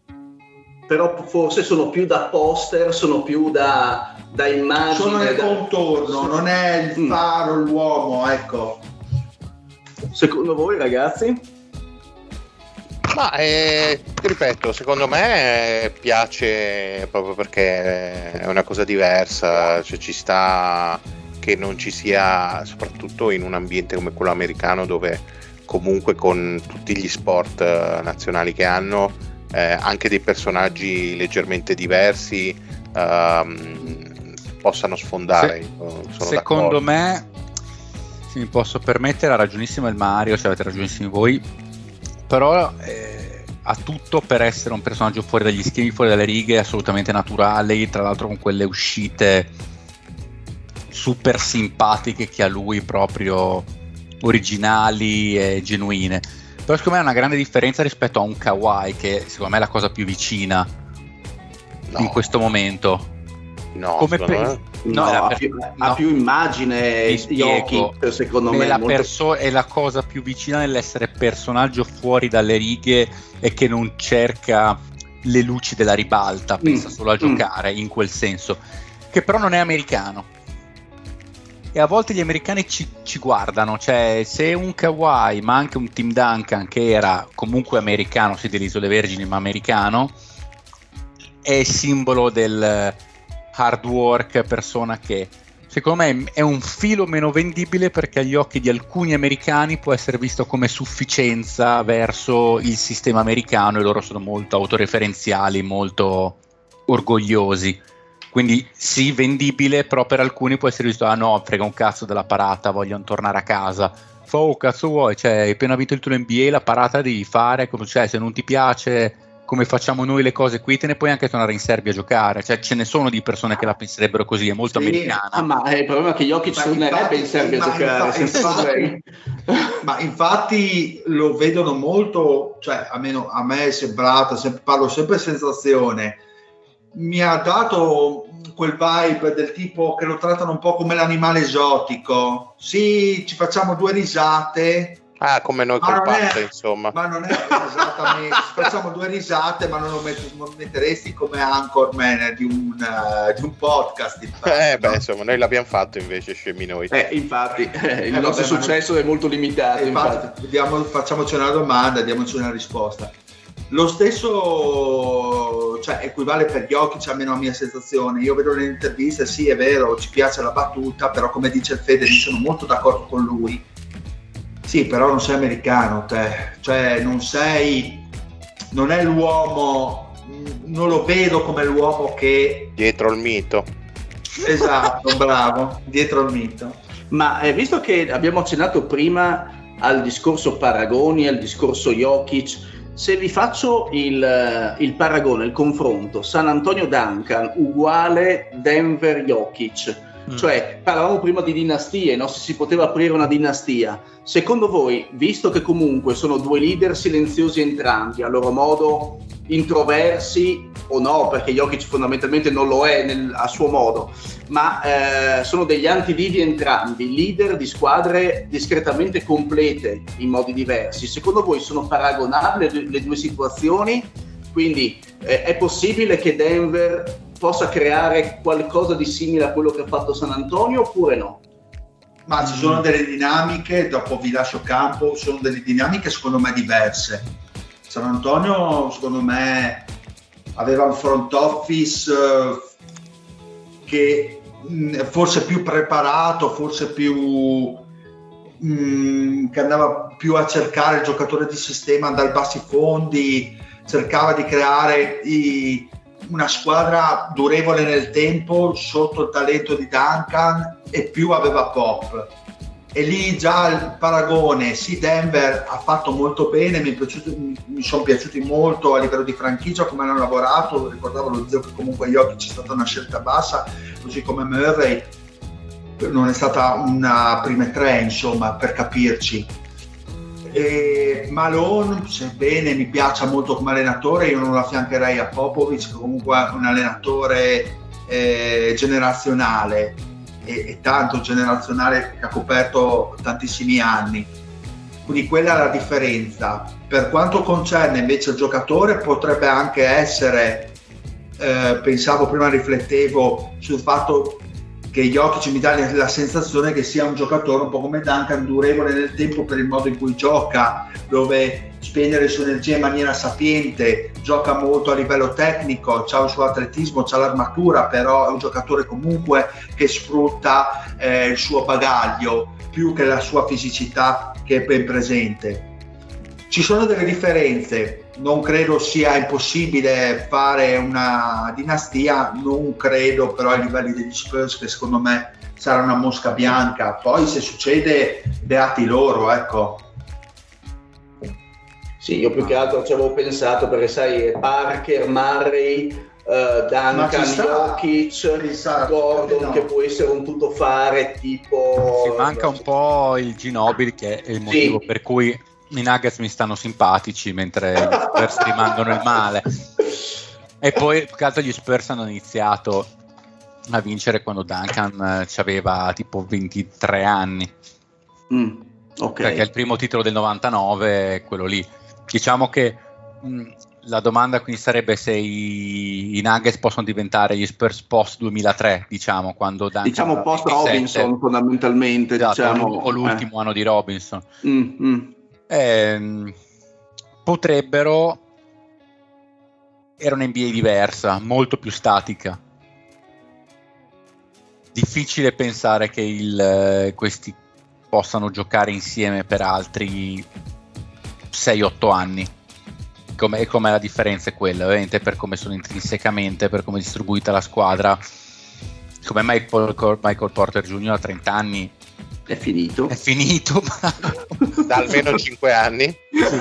Però forse sono più da poster, sono più da immagine, sono nel contorno, non è il faro, l'uomo, ecco. Secondo voi, ragazzi? Ma ripeto, secondo me piace proprio perché è una cosa diversa, cioè ci sta che non ci sia, soprattutto in un ambiente come quello americano, dove comunque con tutti gli sport nazionali che hanno, anche dei personaggi leggermente diversi possano sfondare. Secondo me, se mi posso permettere, ha ragionissimo il Mario, cioè avete ragionissimi voi, però ha tutto per essere un personaggio fuori dagli schemi, fuori dalle righe, assolutamente naturale, tra l'altro con quelle uscite super simpatiche che ha lui, proprio originali e genuine. Però secondo me è una grande differenza rispetto a un Kawhi, che secondo me è la cosa più vicina in questo momento. No, come ha più immagine Jokic, secondo me è la cosa più vicina nell'essere personaggio fuori dalle righe e che non cerca le luci della ribalta, pensa solo a giocare in quel senso, che però non è americano. E a volte gli americani ci guardano, cioè se un Kawhi, ma anche un Tim Duncan, che era comunque americano, sì, delle Isole Vergini, ma americano, è simbolo del hard work, persona che secondo me è un filo meno vendibile, perché agli occhi di alcuni americani può essere visto come sufficienza verso il sistema americano, e loro sono molto autoreferenziali, molto orgogliosi, quindi sì, vendibile, però per alcuni può essere visto, ah no, frega un cazzo della parata, vogliono tornare a casa. Fa, oh cazzo vuoi, cioè hai appena vinto il tuo NBA, la parata devi fare, cioè se non ti piace come facciamo noi le cose qui, te ne puoi anche tornare in Serbia a giocare, cioè ce ne sono di persone che la penserebbero così, è molto americana. Ma il problema è che Jokic tornerebbe in Serbia a giocare, ma infatti lo vedono molto, cioè a me è sembrato, parlo sempre sensazione, mi ha dato quel vibe del tipo che lo trattano un po' come l'animale esotico, sì, ci facciamo 2 risate. Ah, come noi col Pazzo, insomma. Ma non è esattamente, facciamo 2 risate, ma non lo metteresti come anchorman di un podcast. Infatti, no? Insomma, noi l'abbiamo fatto invece, scemi noi. Infatti, il nostro successo è molto limitato. Infatti. Facciamoci una domanda, diamoci una risposta. Lo stesso, cioè, equivale per Jokic, almeno a mia sensazione. Io vedo le interviste, sì, è vero, ci piace la battuta, però come dice il Fede, sono molto d'accordo con lui. Sì, però non sei americano, te. Cioè non è l'uomo, non lo vedo come l'uomo che... Dietro il mito. Esatto, bravo, dietro il mito. Ma visto che abbiamo accennato prima al discorso paragoni, al discorso Jokic, se vi faccio il paragone, il confronto, San Antonio Duncan uguale Denver Jokic, cioè parlavamo prima di dinastie, no? Se si poteva aprire una dinastia, secondo voi, visto che comunque sono 2 leader silenziosi entrambi, a loro modo introversi o no, perché Jokic fondamentalmente non lo è a suo modo, ma sono degli antivivi entrambi, leader di squadre discretamente complete in modi diversi, secondo voi sono paragonabili le 2 situazioni? Quindi è possibile che Denver possa creare qualcosa di simile a quello che ha fatto San Antonio oppure no? Ma ci sono delle dinamiche, dopo vi lascio campo, sono delle dinamiche secondo me diverse. San Antonio secondo me aveva un front office che forse più preparato, forse più che andava più a cercare il giocatore di sistema dal bassi fondi, cercava di creare una squadra durevole nel tempo sotto il talento di Duncan e più aveva pop, e lì già il paragone. Sì, Denver ha fatto molto bene, mi sono piaciuti molto a livello di franchigia come hanno lavorato. Ricordavo lo zio che comunque Jokic è stata una scelta bassa, così come Murray non è stata una prima 3, insomma, per capirci. E Malone, sebbene mi piaccia molto come allenatore, io non lo affiancherei a Popovic, che comunque è un allenatore generazionale e tanto generazionale, che ha coperto tantissimi anni, quindi quella è la differenza. Per quanto concerne invece il giocatore, potrebbe anche essere, pensavo prima, riflettevo sul fatto che Jokic mi dà la sensazione che sia un giocatore un po' come Duncan, durevole nel tempo per il modo in cui gioca, dove spendere le sue energie in maniera sapiente, gioca molto a livello tecnico, c'ha il suo atletismo, c'ha l'armatura, però è un giocatore comunque che sfrutta il suo bagaglio più che la sua fisicità, che è ben presente. Ci sono delle differenze, non credo sia impossibile fare una dinastia, non credo però ai livelli degli Spurs, che secondo me sarà una mosca bianca. Poi se succede, beati loro, ecco. Sì, io più che altro ci avevo pensato, perché sai, Parker, Murray, Duncan, Jokic, Gordon, no, che può essere un tuttofare tipo... Si manca un po' il Ginobili, che è il motivo per cui i Nuggets mi stanno simpatici, mentre gli Spurs rimangono il male. E poi più che altro gli Spurs hanno iniziato a vincere quando Duncan aveva tipo 23 anni. Okay. Perché il primo titolo del 99 è quello lì. Diciamo che la domanda quindi sarebbe se i Nuggets possono diventare gli Spurs post 2003, diciamo, quando Duncan, diciamo post Robinson fondamentalmente, esatto, diciamo, o l'ultimo anno di Robinson. Potrebbero, era un'NBA diversa, molto più statica, difficile pensare che questi possano giocare insieme per altri 6-8 anni. Come la differenza è quella, ovviamente, per come sono intrinsecamente, per come è distribuita la squadra. Come Michael Porter Jr. a 30 anni è finito da almeno 5 anni. Sì,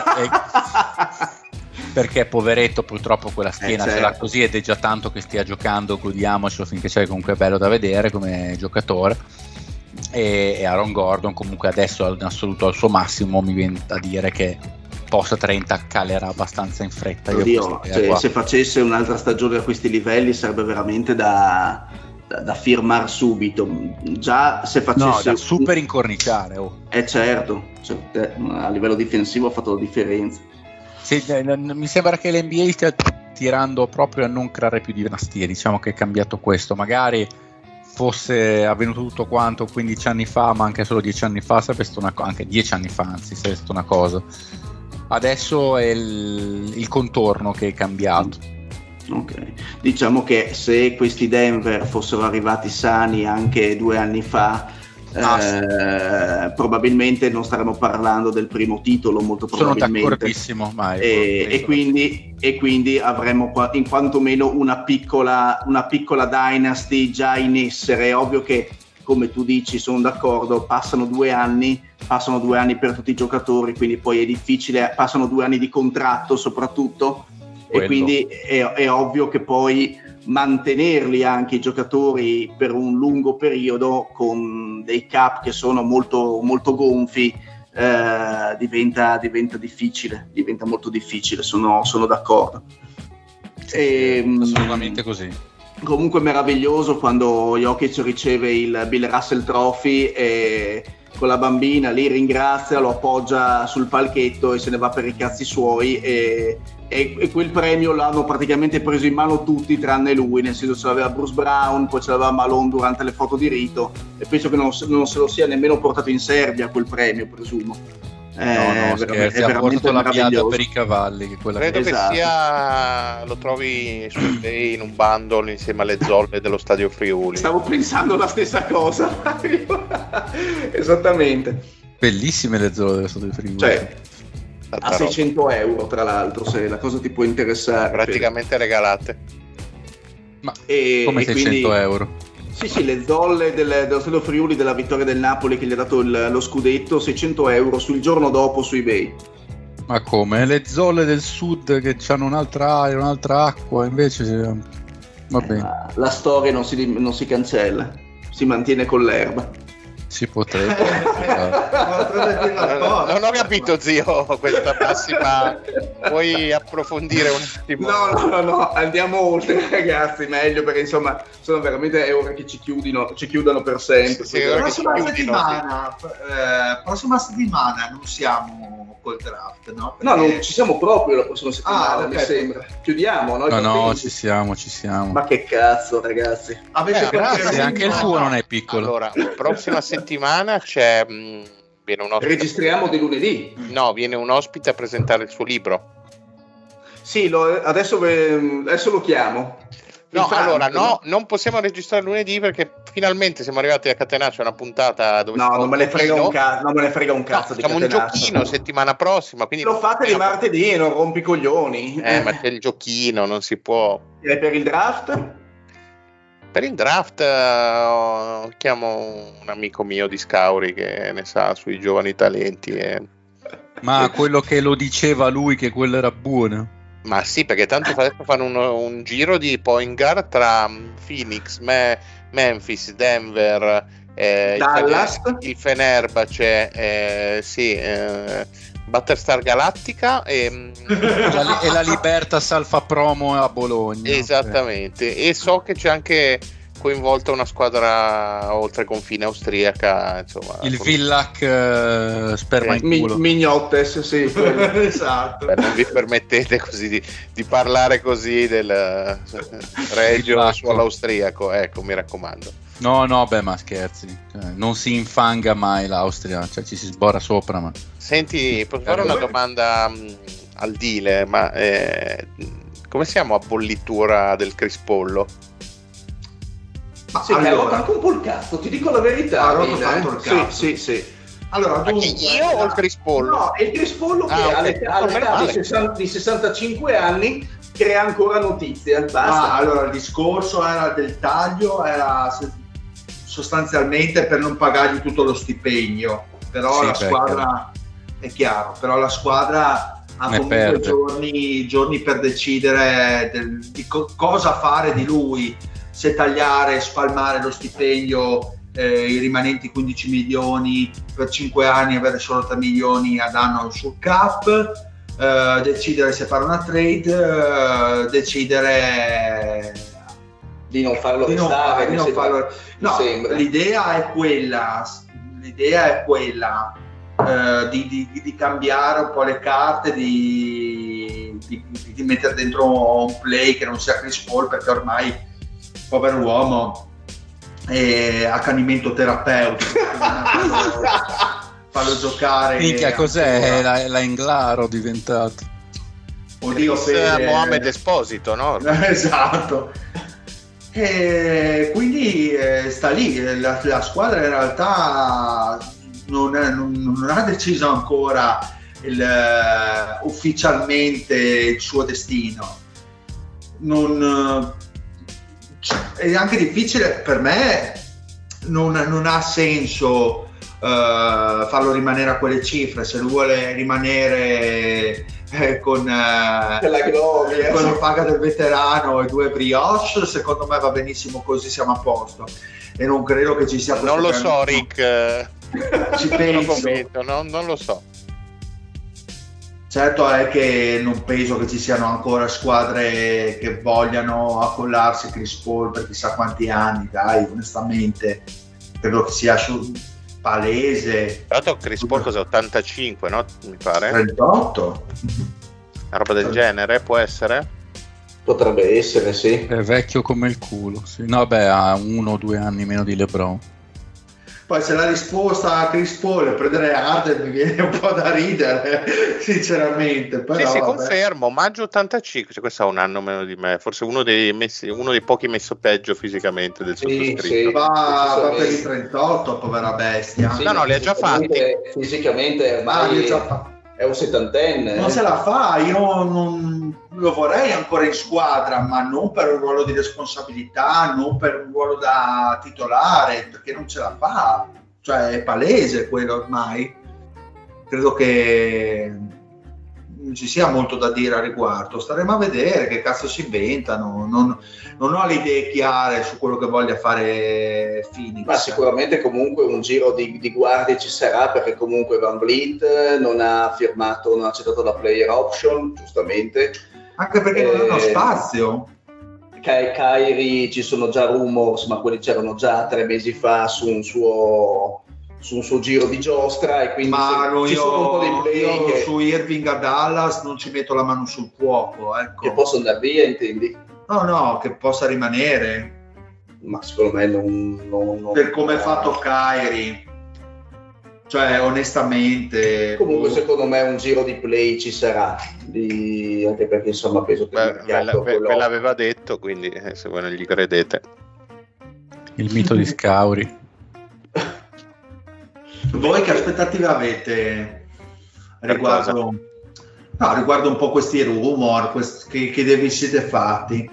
perché poveretto purtroppo quella schiena ce l'ha così, ed è già tanto che stia giocando, godiamocelo finché c'è, comunque è bello da vedere come giocatore. E Aaron Gordon comunque adesso in assoluto al suo massimo, mi viene da dire che post 30 calerà abbastanza in fretta. Oddio, se facesse un'altra stagione a questi livelli sarebbe veramente da firmare subito, già se facesse da super incorniciare. Certo, a livello difensivo ha fatto la differenza. Sì, mi sembra che l'NBA stia tirando proprio a non creare più dinastie, diciamo che è cambiato questo. Magari fosse avvenuto tutto quanto 15 anni fa, ma anche solo 10 anni fa sarebbe stato anche 10 anni fa, anzi sarebbe stata una cosa. Adesso è il contorno che è cambiato. Ok, diciamo che se questi Denver fossero arrivati sani anche 2 anni fa, probabilmente non staremmo parlando del primo titolo, molto probabilmente. Sono d'accordissimo, e quindi avremmo in quantomeno una piccola dynasty già in essere. È ovvio che, come tu dici, sono d'accordo, passano 2 anni per tutti i giocatori, quindi poi è difficile, passano 2 anni di contratto soprattutto. Quello. E quindi è ovvio che poi mantenerli anche i giocatori per un lungo periodo con dei cap che sono molto, molto gonfi diventa difficile, diventa molto difficile, sono d'accordo. Assolutamente così. Comunque meraviglioso quando Jokic riceve il Bill Russell Trophy e con la bambina lì ringrazia, lo appoggia sul palchetto e se ne va per i cazzi suoi, e quel premio l'hanno praticamente preso in mano tutti tranne lui, nel senso ce l'aveva Bruce Brown, poi ce l'aveva Malone durante le foto di rito, e penso che non se lo sia nemmeno portato in Serbia quel premio, presumo. No, scherzi, ha portato la biada per i cavalli, che credo che sia, lo trovi su eBay in un bundle insieme alle zolle dello Stadio Friuli. Stavo pensando la stessa cosa. Esattamente, bellissime le zolle dello Stadio Friuli, a 600 euro tra l'altro, se la cosa ti può interessare, praticamente regalate. Ma come 600 quindi, euro? Sì, le zolle dello Stadio Friuli della vittoria del Napoli che gli ha dato lo scudetto, 600 euro sul giorno dopo su eBay. Ma come? Le zolle del sud che hanno un'altra aria, un'altra acqua, invece va bene. La storia non si cancella, si mantiene con l'erba. Si potrebbe. Non ho capito, zio, questa massima. Puoi approfondire un attimo? No, andiamo oltre, ragazzi, meglio, perché insomma sono veramente ore che ci chiudono per sempre. Prossima settimana non siamo col draft, no? Perché... No, non ci siamo proprio la prossima settimana, okay. Mi sembra. Chiudiamo, no? No, ci siamo. Ma che cazzo, ragazzi. Grazie, anche il tuo non è piccolo. Allora, prossima settimana c'è viene un ospite. Registriamo di lunedì. No, viene un ospite a presentare il suo libro. Sì, adesso lo chiamo. No, allora non possiamo registrare lunedì perché finalmente siamo arrivati a Catenaccio, una puntata dove non me ne frega un cazzo di facciamo un giochino settimana prossima, quindi lo fate di martedì e non rompi i coglioni. Ma c'è il giochino, non si può. E per il draft? Per il draft chiamo un amico mio di Scauri che ne sa sui giovani talenti. Ma quello che lo diceva lui che quello era buono. Ma sì, perché tanto adesso fanno un giro di point guard tra Phoenix, Memphis, Denver, Dallas, il Fenerbahce, Battlestar Galactica e la Libertas Alfa Promo a Bologna. Esattamente, e so che c'è anche coinvolta una squadra oltre confine austriaca, insomma, il Villach sperma in culo. Mignottes, sì. Esatto. Non vi permettete così di parlare così del Reggio sull'austriaco, ecco, mi raccomando. No, ma scherzi, non si infanga mai l'Austria, cioè ci si sbora sopra. Ma senti, posso fare una domanda al Dile, ma come siamo a bollitura del Crispollo? Ma sì, allora, mi ha rotto anche un po' il cazzo, ti dico la verità. Ha rotto tanto il cazzo. Sì. Allora, dunque, io o il Chris Paul? No, è il Chris Paul che all'età di 65 anni crea ancora notizie. Basta. Allora, il discorso era del taglio, era sostanzialmente per non pagargli tutto lo stipendio, però la squadra è chiaro, però la squadra ha comunque giorni per decidere di cosa fare di lui, se tagliare, spalmare lo stipendio, i rimanenti 15 milioni per 5 anni, avere solo 3 milioni ad anno sul cap, decidere se fare una trade, decidere di non farlo restare. No, l'idea è quella di cambiare un po' le carte, di mettere dentro un play che non sia Chris Paul, perché ormai povero uomo è accanimento terapeutico. Farlo giocare. Minchia, cos'è la Inglaro diventato? Oddio, Fede, Mohamed Esposito, no? Esatto. E quindi sta lì, la squadra in realtà non ha deciso ancora ufficialmente il suo destino. È anche difficile per me, non ha senso farlo rimanere a quelle cifre. Se lui vuole rimanere con la gloria, con la paga del veterano e 2 brioche, secondo me va benissimo così, siamo a posto, e non credo che ci sia questo. Non lo so, Rick, ci penso. Non lo so. Certo è che non penso che ci siano ancora squadre che vogliano accollarsi Chris Paul per chissà quanti anni, dai, onestamente credo che sia palese. Tra l'altro Chris Paul cos'è, 85, no? Mi pare 38, una roba del genere, può essere? Potrebbe essere, sì. È vecchio come il culo, sì. No, beh, ha 1 o 2 anni meno di LeBron. Poi se la risposta a Chris Paul è prendere Harden, mi viene un po' da ridere, sinceramente. Però, sì, confermo, maggio 85, cioè questo ha un anno meno di me, forse uno dei pochi messo peggio fisicamente del sottoscritto. Sì, va per i 38, povera bestia. Sì, no, li ha già fatti. Fisicamente ormai è un settantenne. Non se la fa, io non lo vorrei ancora in squadra, ma non per un ruolo di responsabilità, non per un ruolo da titolare, perché non ce la fa, cioè è palese quello ormai. Credo che non ci sia molto da dire a riguardo, staremo a vedere che cazzo si inventano. Non ho le idee chiare su quello che voglia fare Phoenix. Ma sicuramente comunque un giro di guardie ci sarà, perché comunque Van Vliet non ha accettato la player option, giustamente. Anche perché non hanno spazio. Kyrie, ci sono già rumors, ma quelli c'erano già 3 mesi fa su un suo giro di giostra, e quindi ci sono un po' di play su Irving a Dallas non ci metto la mano sul fuoco, ecco. Che possa andare via, intendi? No, che possa rimanere, ma secondo me non per come è fatto Kyrie, cioè onestamente. Comunque secondo me un giro di play ci sarà, anche perché insomma penso che ve l'aveva detto, quindi se voi non gli credete. Il mito di Scauri. Voi che aspettative avete riguardo un po' questi rumor, che vi siete fatti?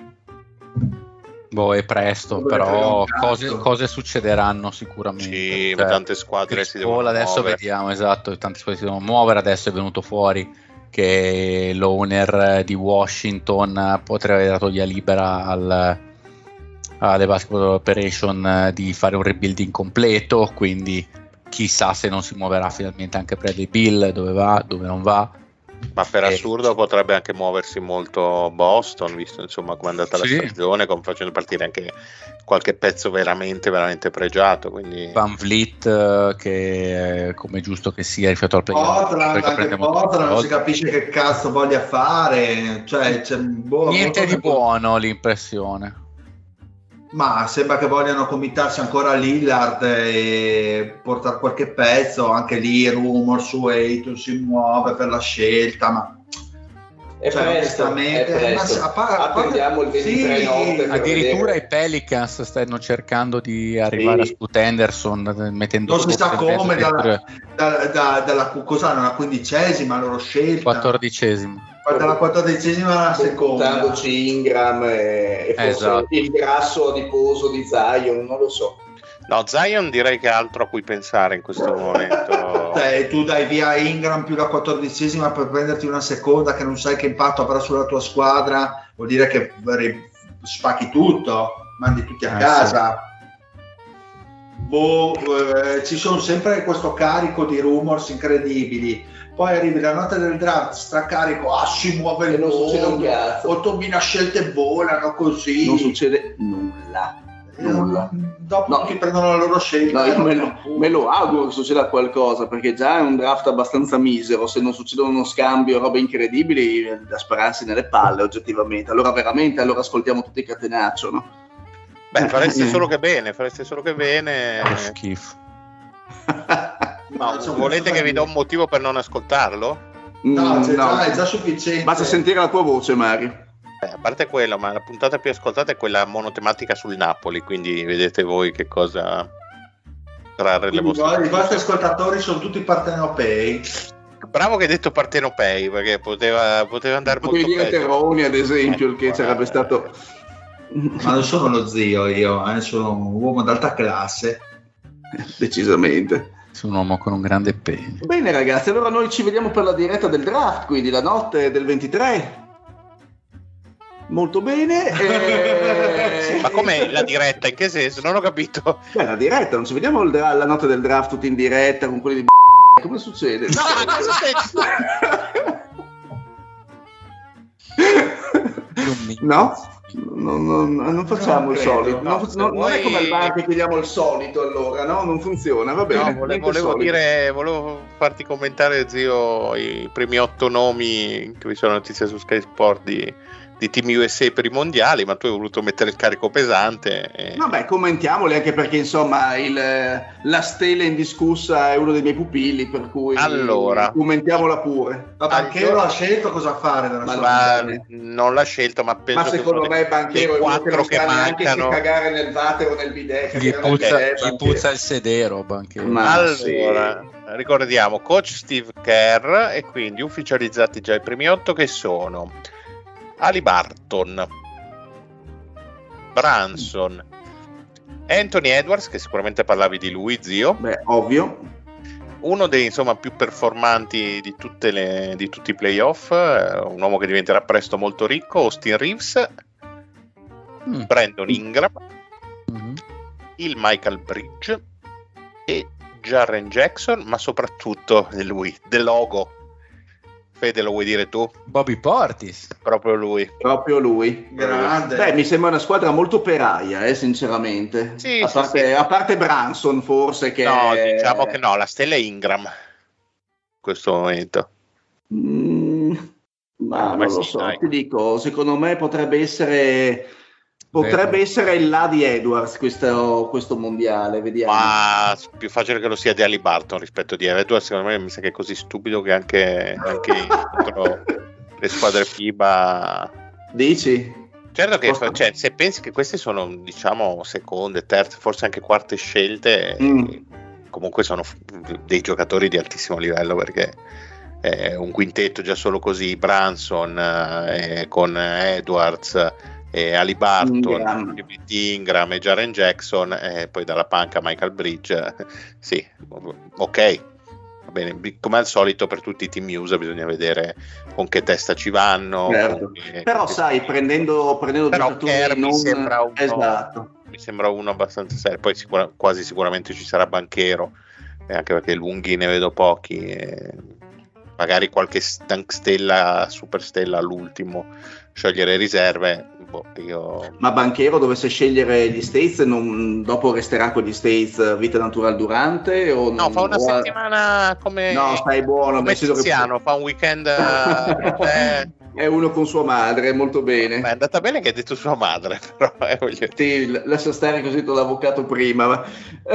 È presto, però cose succederanno sicuramente. Sì, tante squadre si devono adesso muovere. Vediamo, esatto, tante squadre si devono muovere. Adesso è venuto fuori che l'owner di Washington potrebbe aver dato via libera alle Basketball Operation di fare un rebuilding completo, quindi chissà se non si muoverà finalmente anche Bradley Beal, dove va, dove non va. Ma per assurdo potrebbe anche muoversi molto Boston, visto insomma come è andata la stagione, facendo partire anche qualche pezzo veramente pregiato. Quindi Van Vliet, che come giusto che sia rispetto al Portland non si capisce che cazzo voglia fare, cioè niente di buono, l'impressione. Ma sembra che vogliano committarsi ancora a Lillard e portare qualche pezzo, anche lì rumor su Ayton si muove per la scelta, ma onestamente, attendiamo il 23 notte. Addirittura i Pelicans stanno cercando di arrivare a Scoot Henderson, mettendo non si sa come dalla cos'hanno, la 15ª loro scelta, 14ª, dalla 14ª alla seconda, puntandoci Ingram e forse il grasso adiposo di Zion, non lo so. No, Zion direi che ha altro a cui pensare in questo momento. Tu dai via Ingram più la 14ª per prenderti una seconda che non sai che impatto avrà sulla tua squadra, vuol dire che spacchi tutto, mandi tutti a casa. Ci sono sempre questo carico di rumors incredibili, poi arrivi la notte del draft stracarico, si muove il mondo, 8.000 scelte volano così, non succede nulla. Dopo ti prendono la loro scelta. Me lo auguro che succeda qualcosa, perché già è un draft abbastanza misero. Se non succede uno scambio, robe incredibili, da spararsi nelle palle oggettivamente. Allora ascoltiamo tutti Catenaccio, no? Beh, fareste solo che bene. Che schifo. Ma volete che vi do un motivo per non ascoltarlo? No, è già sufficiente. Basta sentire la tua voce, Mario. A parte quello, ma la puntata più ascoltata è quella monotematica sul Napoli, quindi vedete voi che cosa trarre le vostre. I vostri ascoltatori sono tutti partenopei. Bravo che hai detto partenopei, perché poteva andare molto dire peggio. Terroni, ad esempio, che sarebbe stato. Ma non sono lo zio io, sono un uomo d'alta classe. Decisamente. Sono un uomo con un grande pene. Bene ragazzi, allora noi ci vediamo per la diretta del draft, quindi la notte del 23. Molto bene. Ma com'è la diretta? In che senso? Non ho capito. Beh, la diretta, non ci vediamo la notte del draft tutti in diretta con quelli di come succede? No, cosa stai... No? Non facciamo il solito. Non è come al bar che chiediamo il solito, allora, no? Non funziona, va bene. No, volevo farti commentare, zio, i primi 8 nomi che vi sono notizie su Sky Sport di Team USA per i mondiali, ma tu hai voluto mettere il carico pesante. Vabbè, commentiamoli, anche perché insomma la stella indiscussa è uno dei miei pupilli, per cui allora commentiamola pure. Ma Banchero ha scelto cosa fare della sua vita? Non l'ha scelto, ma penso ma secondo me Banchero è uno che non sta neanche a cagare nel water o nel bidet, gli puzza il sedero Banchero. Allora ricordiamo coach Steve Kerr, e quindi ufficializzati già i primi 8 che sono Haliburton, Branson, Anthony Edwards, che sicuramente parlavi di lui, zio. Beh, ovvio. Uno dei più performanti di tutti i playoff, un uomo che diventerà presto molto ricco, Austin Reeves, Brandon Ingram, il Michael Bridge e Jaren Jackson, ma soprattutto lui, The Logo. Fede, lo vuoi dire tu? Bobby Portis. Proprio lui. Grande. Beh, mi sembra una squadra molto operaia, sinceramente. Sì, a parte Branson, forse. Che no, diciamo che no, la stella è Ingram in questo momento. Ma non lo so, ti dico, secondo me potrebbe essere il là di Edwards questo mondiale, vediamo. Ma più facile che lo sia di Haliburton rispetto di Edwards, secondo me mi sa che è così stupido che anche contro le squadre FIBA. Dici? Certo che se pensi che queste sono, diciamo, seconde, terze, forse anche quarte scelte, comunque sono dei giocatori di altissimo livello, perché un quintetto già solo così, Branson con Edwards, Haliburton, Ingram e Jaren Jackson, e poi dalla panca Michael Bridge. Sì, ok, va bene. Come al solito per tutti i team USA bisogna vedere con che testa ci vanno, certo. Però sai, prendendo giocatori non... esatto, mi sembra uno abbastanza serio. Poi quasi sicuramente ci sarà Banchero, anche perché lunghi ne vedo pochi, magari qualche stella, super stella all'ultimo, sciogliere riserve. Ma Banchero dovesse scegliere gli States, dopo resterà con gli States vita natural durante? O no, fa una settimana come... No, stai buono. Come Tiziano, fa un weekend... È uno con sua madre, molto bene. È andata bene che hai detto sua madre, però sì, lascia stare così l'avvocato prima.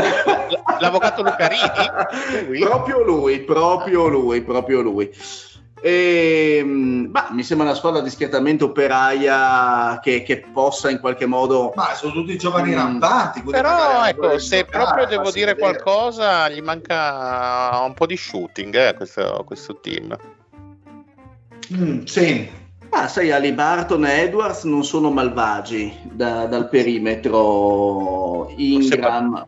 L'avvocato Lucarini? Proprio lui. Mi sembra una squadra discretamente operaia che possa in qualche modo. Ma sono tutti giovani rampanti. Però ecco, se proprio devo dire qualcosa, gli manca un po' di shooting questo team. Sì. Sai, Haliburton e Edwards non sono malvagi dal perimetro. Ingram,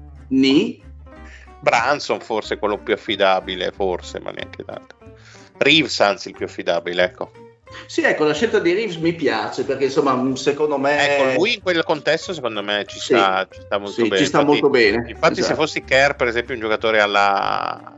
Branson forse quello più affidabile, forse, ma neanche tanto. Reeves anzi il più affidabile, ecco. Sì, ecco, la scelta di Reeves mi piace perché insomma secondo me ecco, lui in quel contesto secondo me ci sta molto bene. Ci sta molto bene. Infatti esatto. Se fossi Kerr per esempio un giocatore alla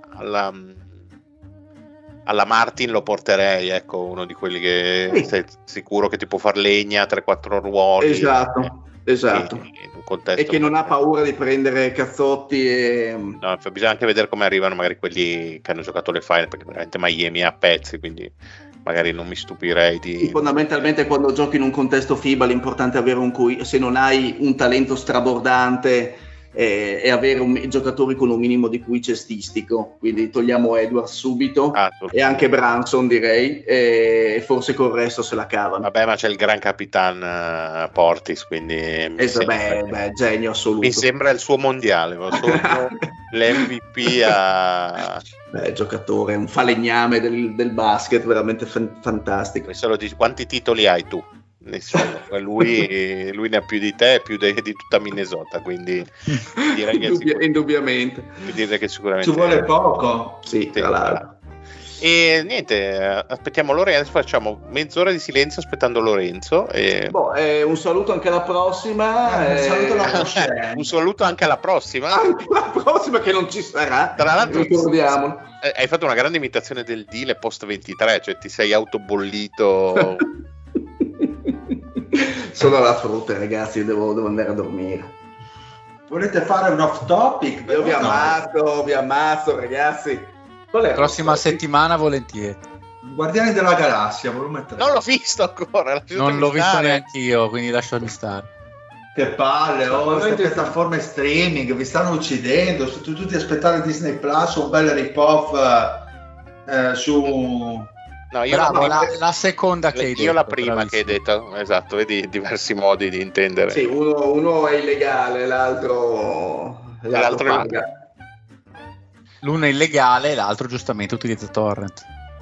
Martin lo porterei, ecco, uno di quelli che sei sicuro che ti può far legna 3-4 ruoli. Esatto. E che non ha paura di prendere cazzotti No, bisogna anche vedere come arrivano magari quelli che hanno giocato le final, perché veramente Miami è a pezzi, quindi magari non mi stupirei di... Fondamentalmente quando giochi in un contesto FIBA l'importante è avere se non hai un talento strabordante e avere giocatori con un minimo di QI cestistico, quindi togliamo Edwards subito e anche Branson direi, e forse col resto se la cavano. Vabbè, ma c'è il gran capitan Portis, quindi genio assoluto. Mi sembra il suo mondiale, l'MVP giocatore, un falegname del basket veramente fantastico. Quanti titoli hai tu? Nessuno. lui ne ha più di te e più di tutta Minnesota, quindi direi che indubbiamente direi che sicuramente ci vuole poco. Sì, tra l'altro. E niente, aspettiamo Lorenzo, facciamo mezz'ora di silenzio aspettando Lorenzo un saluto anche alla prossima, un saluto anche alla prossima che non ci sarà, tra l'altro ricordiamolo. Hai fatto una grande imitazione del Dile post 23, cioè ti sei autobollito. Sono alla frutta, ragazzi, devo andare a dormire. Volete fare un off topic? Io vi ammazzo, ragazzi. La prossima settimana volentieri. Guardiani della Galassia, volume 3. Non l'ho visto ancora. Non l'ho visto neanche io, quindi lasciami stare. Che palle, queste piattaforme streaming vi stanno uccidendo. Siete tutti a aspettare Disney Plus, un bel rip-off su... No, io la seconda che hai detto. Io la prima che hai detto, esatto, vedi diversi modi di intendere. Sì, uno è illegale, l'altro paga. L'uno è illegale, l'altro giustamente utilizza torrent.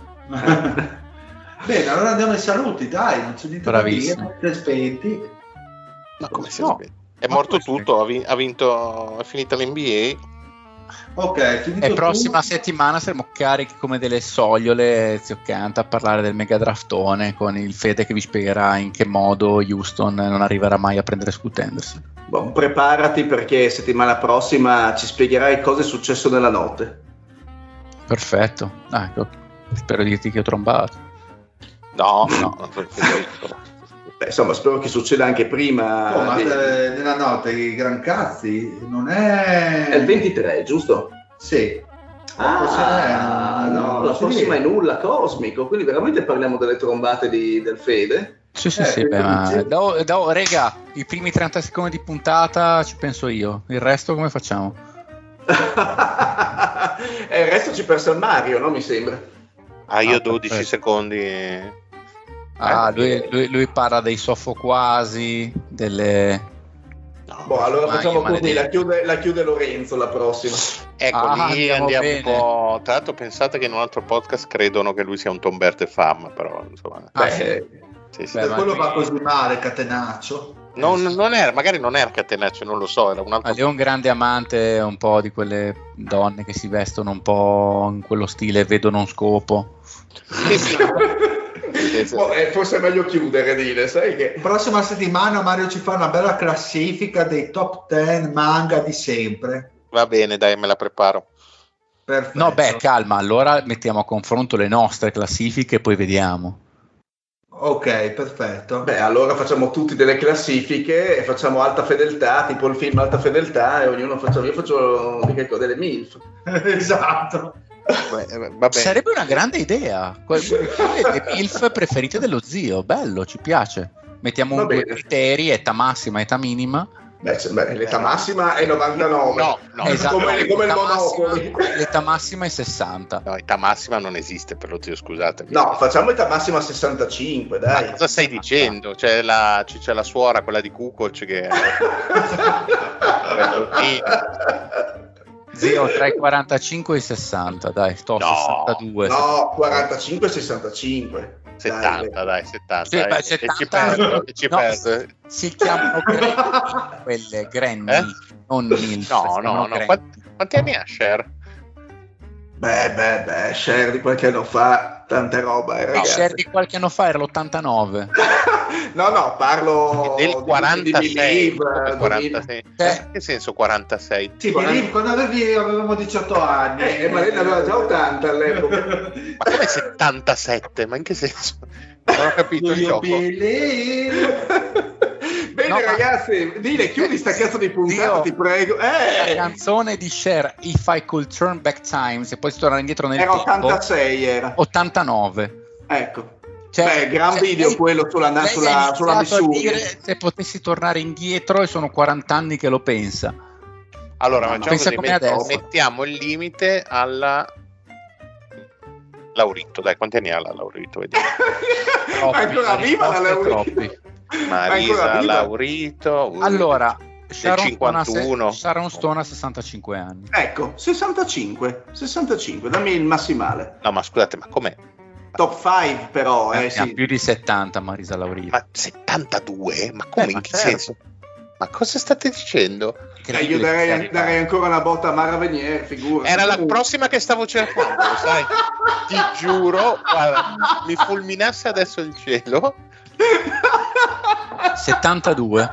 Bene, allora andiamo ai saluti, dai, non c'è niente da dire, si è spenti. Ma come si è spenti? È morto tutto, ha vinto, è finita l'NBA. Ok, è finito. E prossima settimana saremo carichi come delle sogliole zioccante a parlare del mega draftone con il Fede che vi spiegherà in che modo Houston non arriverà mai a prendere Scoot Henderson. Preparati perché settimana prossima ci spiegherai cosa è successo nella notte. Perfetto, ecco, spero di dirti che ho trombato. No. Insomma, spero che succeda anche prima. Nella notte i gran cazzi non è il 23, giusto? Sì. La prossima è nulla cosmico, quindi veramente parliamo delle trombate del Fede. Sì, ma rega, i primi 30 secondi di puntata ci penso io, il resto come facciamo? Il resto ci pensa il Mario, no? Mi sembra. Io 12 secondi. Lui parla dei soffoquasi, delle... allora facciamo così, la chiude Lorenzo la prossima. Ecco, lì andiamo un po'. Tra l'altro pensate che in un altro podcast credono che lui sia un Tomberte fam, però insomma. Per quello va così male Catenaccio. Magari non era Catenaccio, non lo so, era un altro. È un grande amante un po' di quelle donne che si vestono un po' in quello stile vedo non scopo. Forse è meglio chiudere, dire, sai che prossima settimana Mario ci fa una bella classifica dei top 10 manga di sempre. Va bene, dai, me la preparo. Perfetto. No, calma, allora mettiamo a confronto le nostre classifiche e poi vediamo. Ok, perfetto. Allora facciamo tutti delle classifiche e facciamo alta fedeltà, tipo il film Alta Fedeltà, e ognuno io faccio delle MILF. Esatto. Sarebbe una grande idea. Le MILF preferite dello zio, bello, ci piace. Mettiamo due criteri, età massima, età minima. L'età massima è 99. No, esatto, come il Monopoli. L'età massima è 60. No, età massima non esiste per lo zio, scusatemi. No, facciamo età massima 65, dai. Ma cosa stai dicendo? C'è la suora, quella di Kukoc che Zio, tra i 45 e i 60, dai, 62. No, 45 e 65. 70, dai 70. Sì, beh, 70 ci perdo. Si chiamano quelle Granny, non MILF. No. Quanti anni ha Cher? Beh, Cher di qualche anno fa, tante roba, ragazzi. Cher di qualche anno fa era l'89. No, parlo del 46. 46. Che senso 46? Sì, quando avevamo 18 anni. Ma lei ne aveva già 80 all'epoca. Ma come 77? Ma in che senso? Non ho capito il gioco. Bene, ragazzi, dile, chiudi sta cazzo di puntata, ti prego. La canzone di Cher, If I Could Turn Back Time, se poi si tornare indietro nel tempo, 86 era 89. Ecco. Gran video quello sulla Missouri. Se potessi tornare indietro, e sono 40 anni che lo pensa. Allora, mettiamo il limite alla Laurito. Dai, quanti anni ha la Laurito? Vediamo. Ancora viva la Laurito. Marisa Laurito. Allora, Sharon Stone a 65 anni. Ecco, 65, dammi il massimale. No, ma scusate, ma com'è? Top 5 però, sì. Ha più di 70 Marisa Laurito. Ma 72? Ma come, in che senso? Ma cosa state dicendo? Io darei ancora una botta a Mara Venier, figura. Era la prossima che stavo cercando, lo sai? Ti giuro, guarda, mi fulminasse adesso il cielo. 72.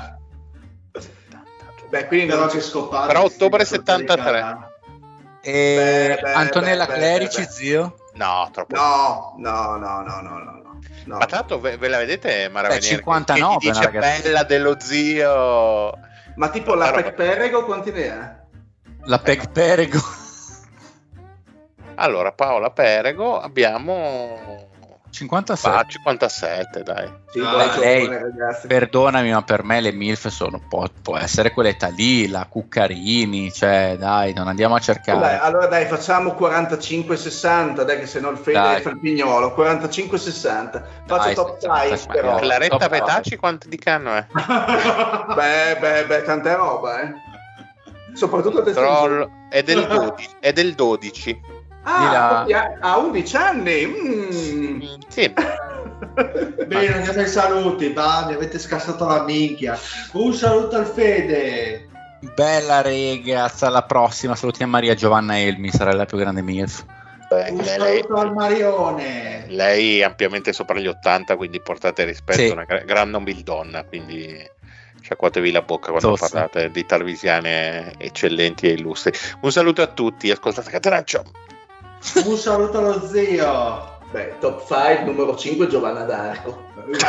Beh, quindi non c'è scopato. Però ottobre 73. Antonella Clerici, zio? No, troppo. No. Ma tra l'altro ve la vedete Mara Venier? 59, che dice bella dello zio. Ma tipo la Peg Perego quanti ne ha? La Peg Perego. Allora, Paola Perego abbiamo 57. 57, dai. Sì, lei, perdonami, ma per me le MILF può essere quell'età lì, la Cuccarini, cioè dai, non andiamo a cercare. Allora facciamo 45-60, dai, che se no il Fede fa il pignolo. 45-60. Faccio top 5 però. La retta Petaci quanto di canno è? beh, tanta roba, soprattutto è del 12. Ha 11 anni. Sì. Bene, andiamo ai saluti. Mi avete scassato la minchia. Un saluto al Fede. Bella ragazza, alla prossima. Salutiamo Maria Giovanna Elmi, sarà la più grande MILF. Un saluto al Marione. Lei è ampiamente sopra gli 80, quindi portate rispetto, sì. Una gran nobildonna, quindi sciacquatevi la bocca quando parlate di tarvisiane eccellenti e illustri. Un saluto a tutti, ascoltate Catenaccio. Un saluto allo zio. Beh, top 5, numero 5 Giovanna d'Arco.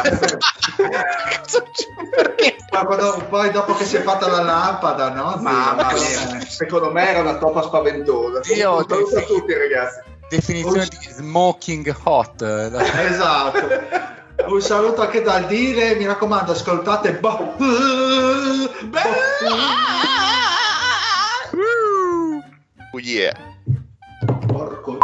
Perché? Poi dopo che si è fatta la lampada, no? Secondo me era una topa spaventosa. Un saluto a tutti, ragazzi. Definizione di smoking hot. Esatto. Un saluto anche dal dire, mi raccomando, ascoltate yeah. Porco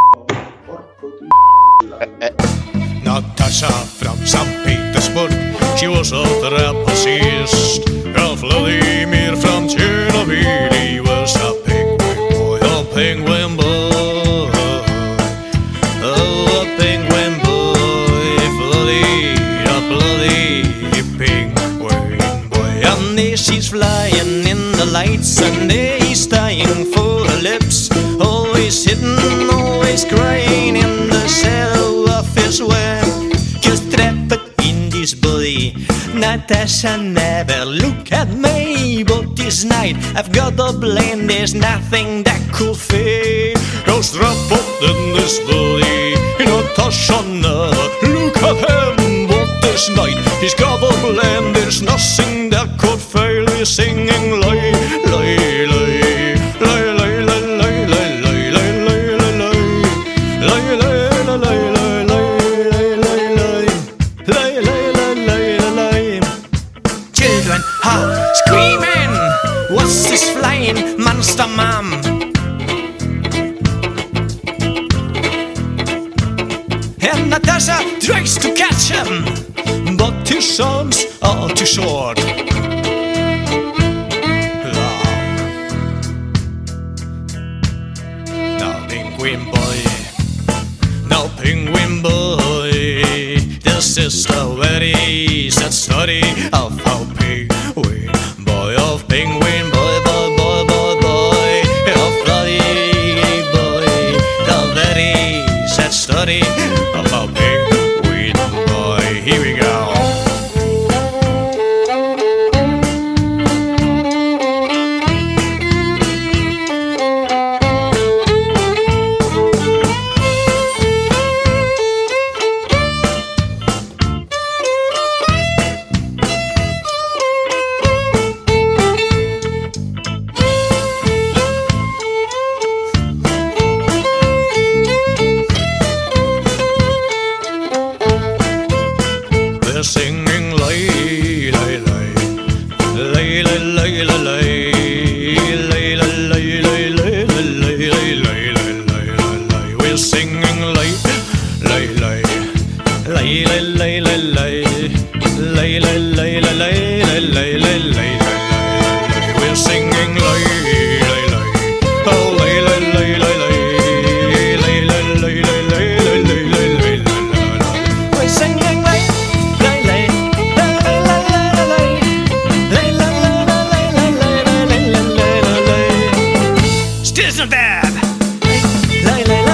Natasha from St. Petersburg, she was a trapezist. Vladimir from Chernobyl, he was a penguin boy, a penguin boy. Oh, a penguin boy, a bloody penguin boy. And there she's flying in the lights, and there he's dying for her lips. Always hidden, always crying in the shadow of his web. Just trapped in this body. Natasha, never look at me. But this night I've got a blame. There's nothing that could fade. Just trapped in this body. Natasha, never look at him. But this night he's got a blame. There's nothing that could fail. He's singing lay, lay, lay, lay, lay, lay. Children are screaming. her mum. And Natasha tries to catch him, but his arms are too short. Now penguin boy, now penguin boy, this is the very sad story of how penguin boy, of penguin boy, boy, boy, boy, boy, of bloody boy, the very sad story of how penguin boy. Here we go. They're singing lay, lay, lay, lay, lay, lay, lay, lay, lay, lay, lay, lay, lay, lay, lay, lay, lay. We're singing lay, lay, lay, lay, lay, lay, lay, lay, lay, lay, lay, lay, lay, lay, lay, lay. We're singing lay, lay, lay, oh lay, lay, lay, lay, lay, lay, lay, lay, lay, lay, lay, lay, lay, lay. We're singing lay. Still not bad.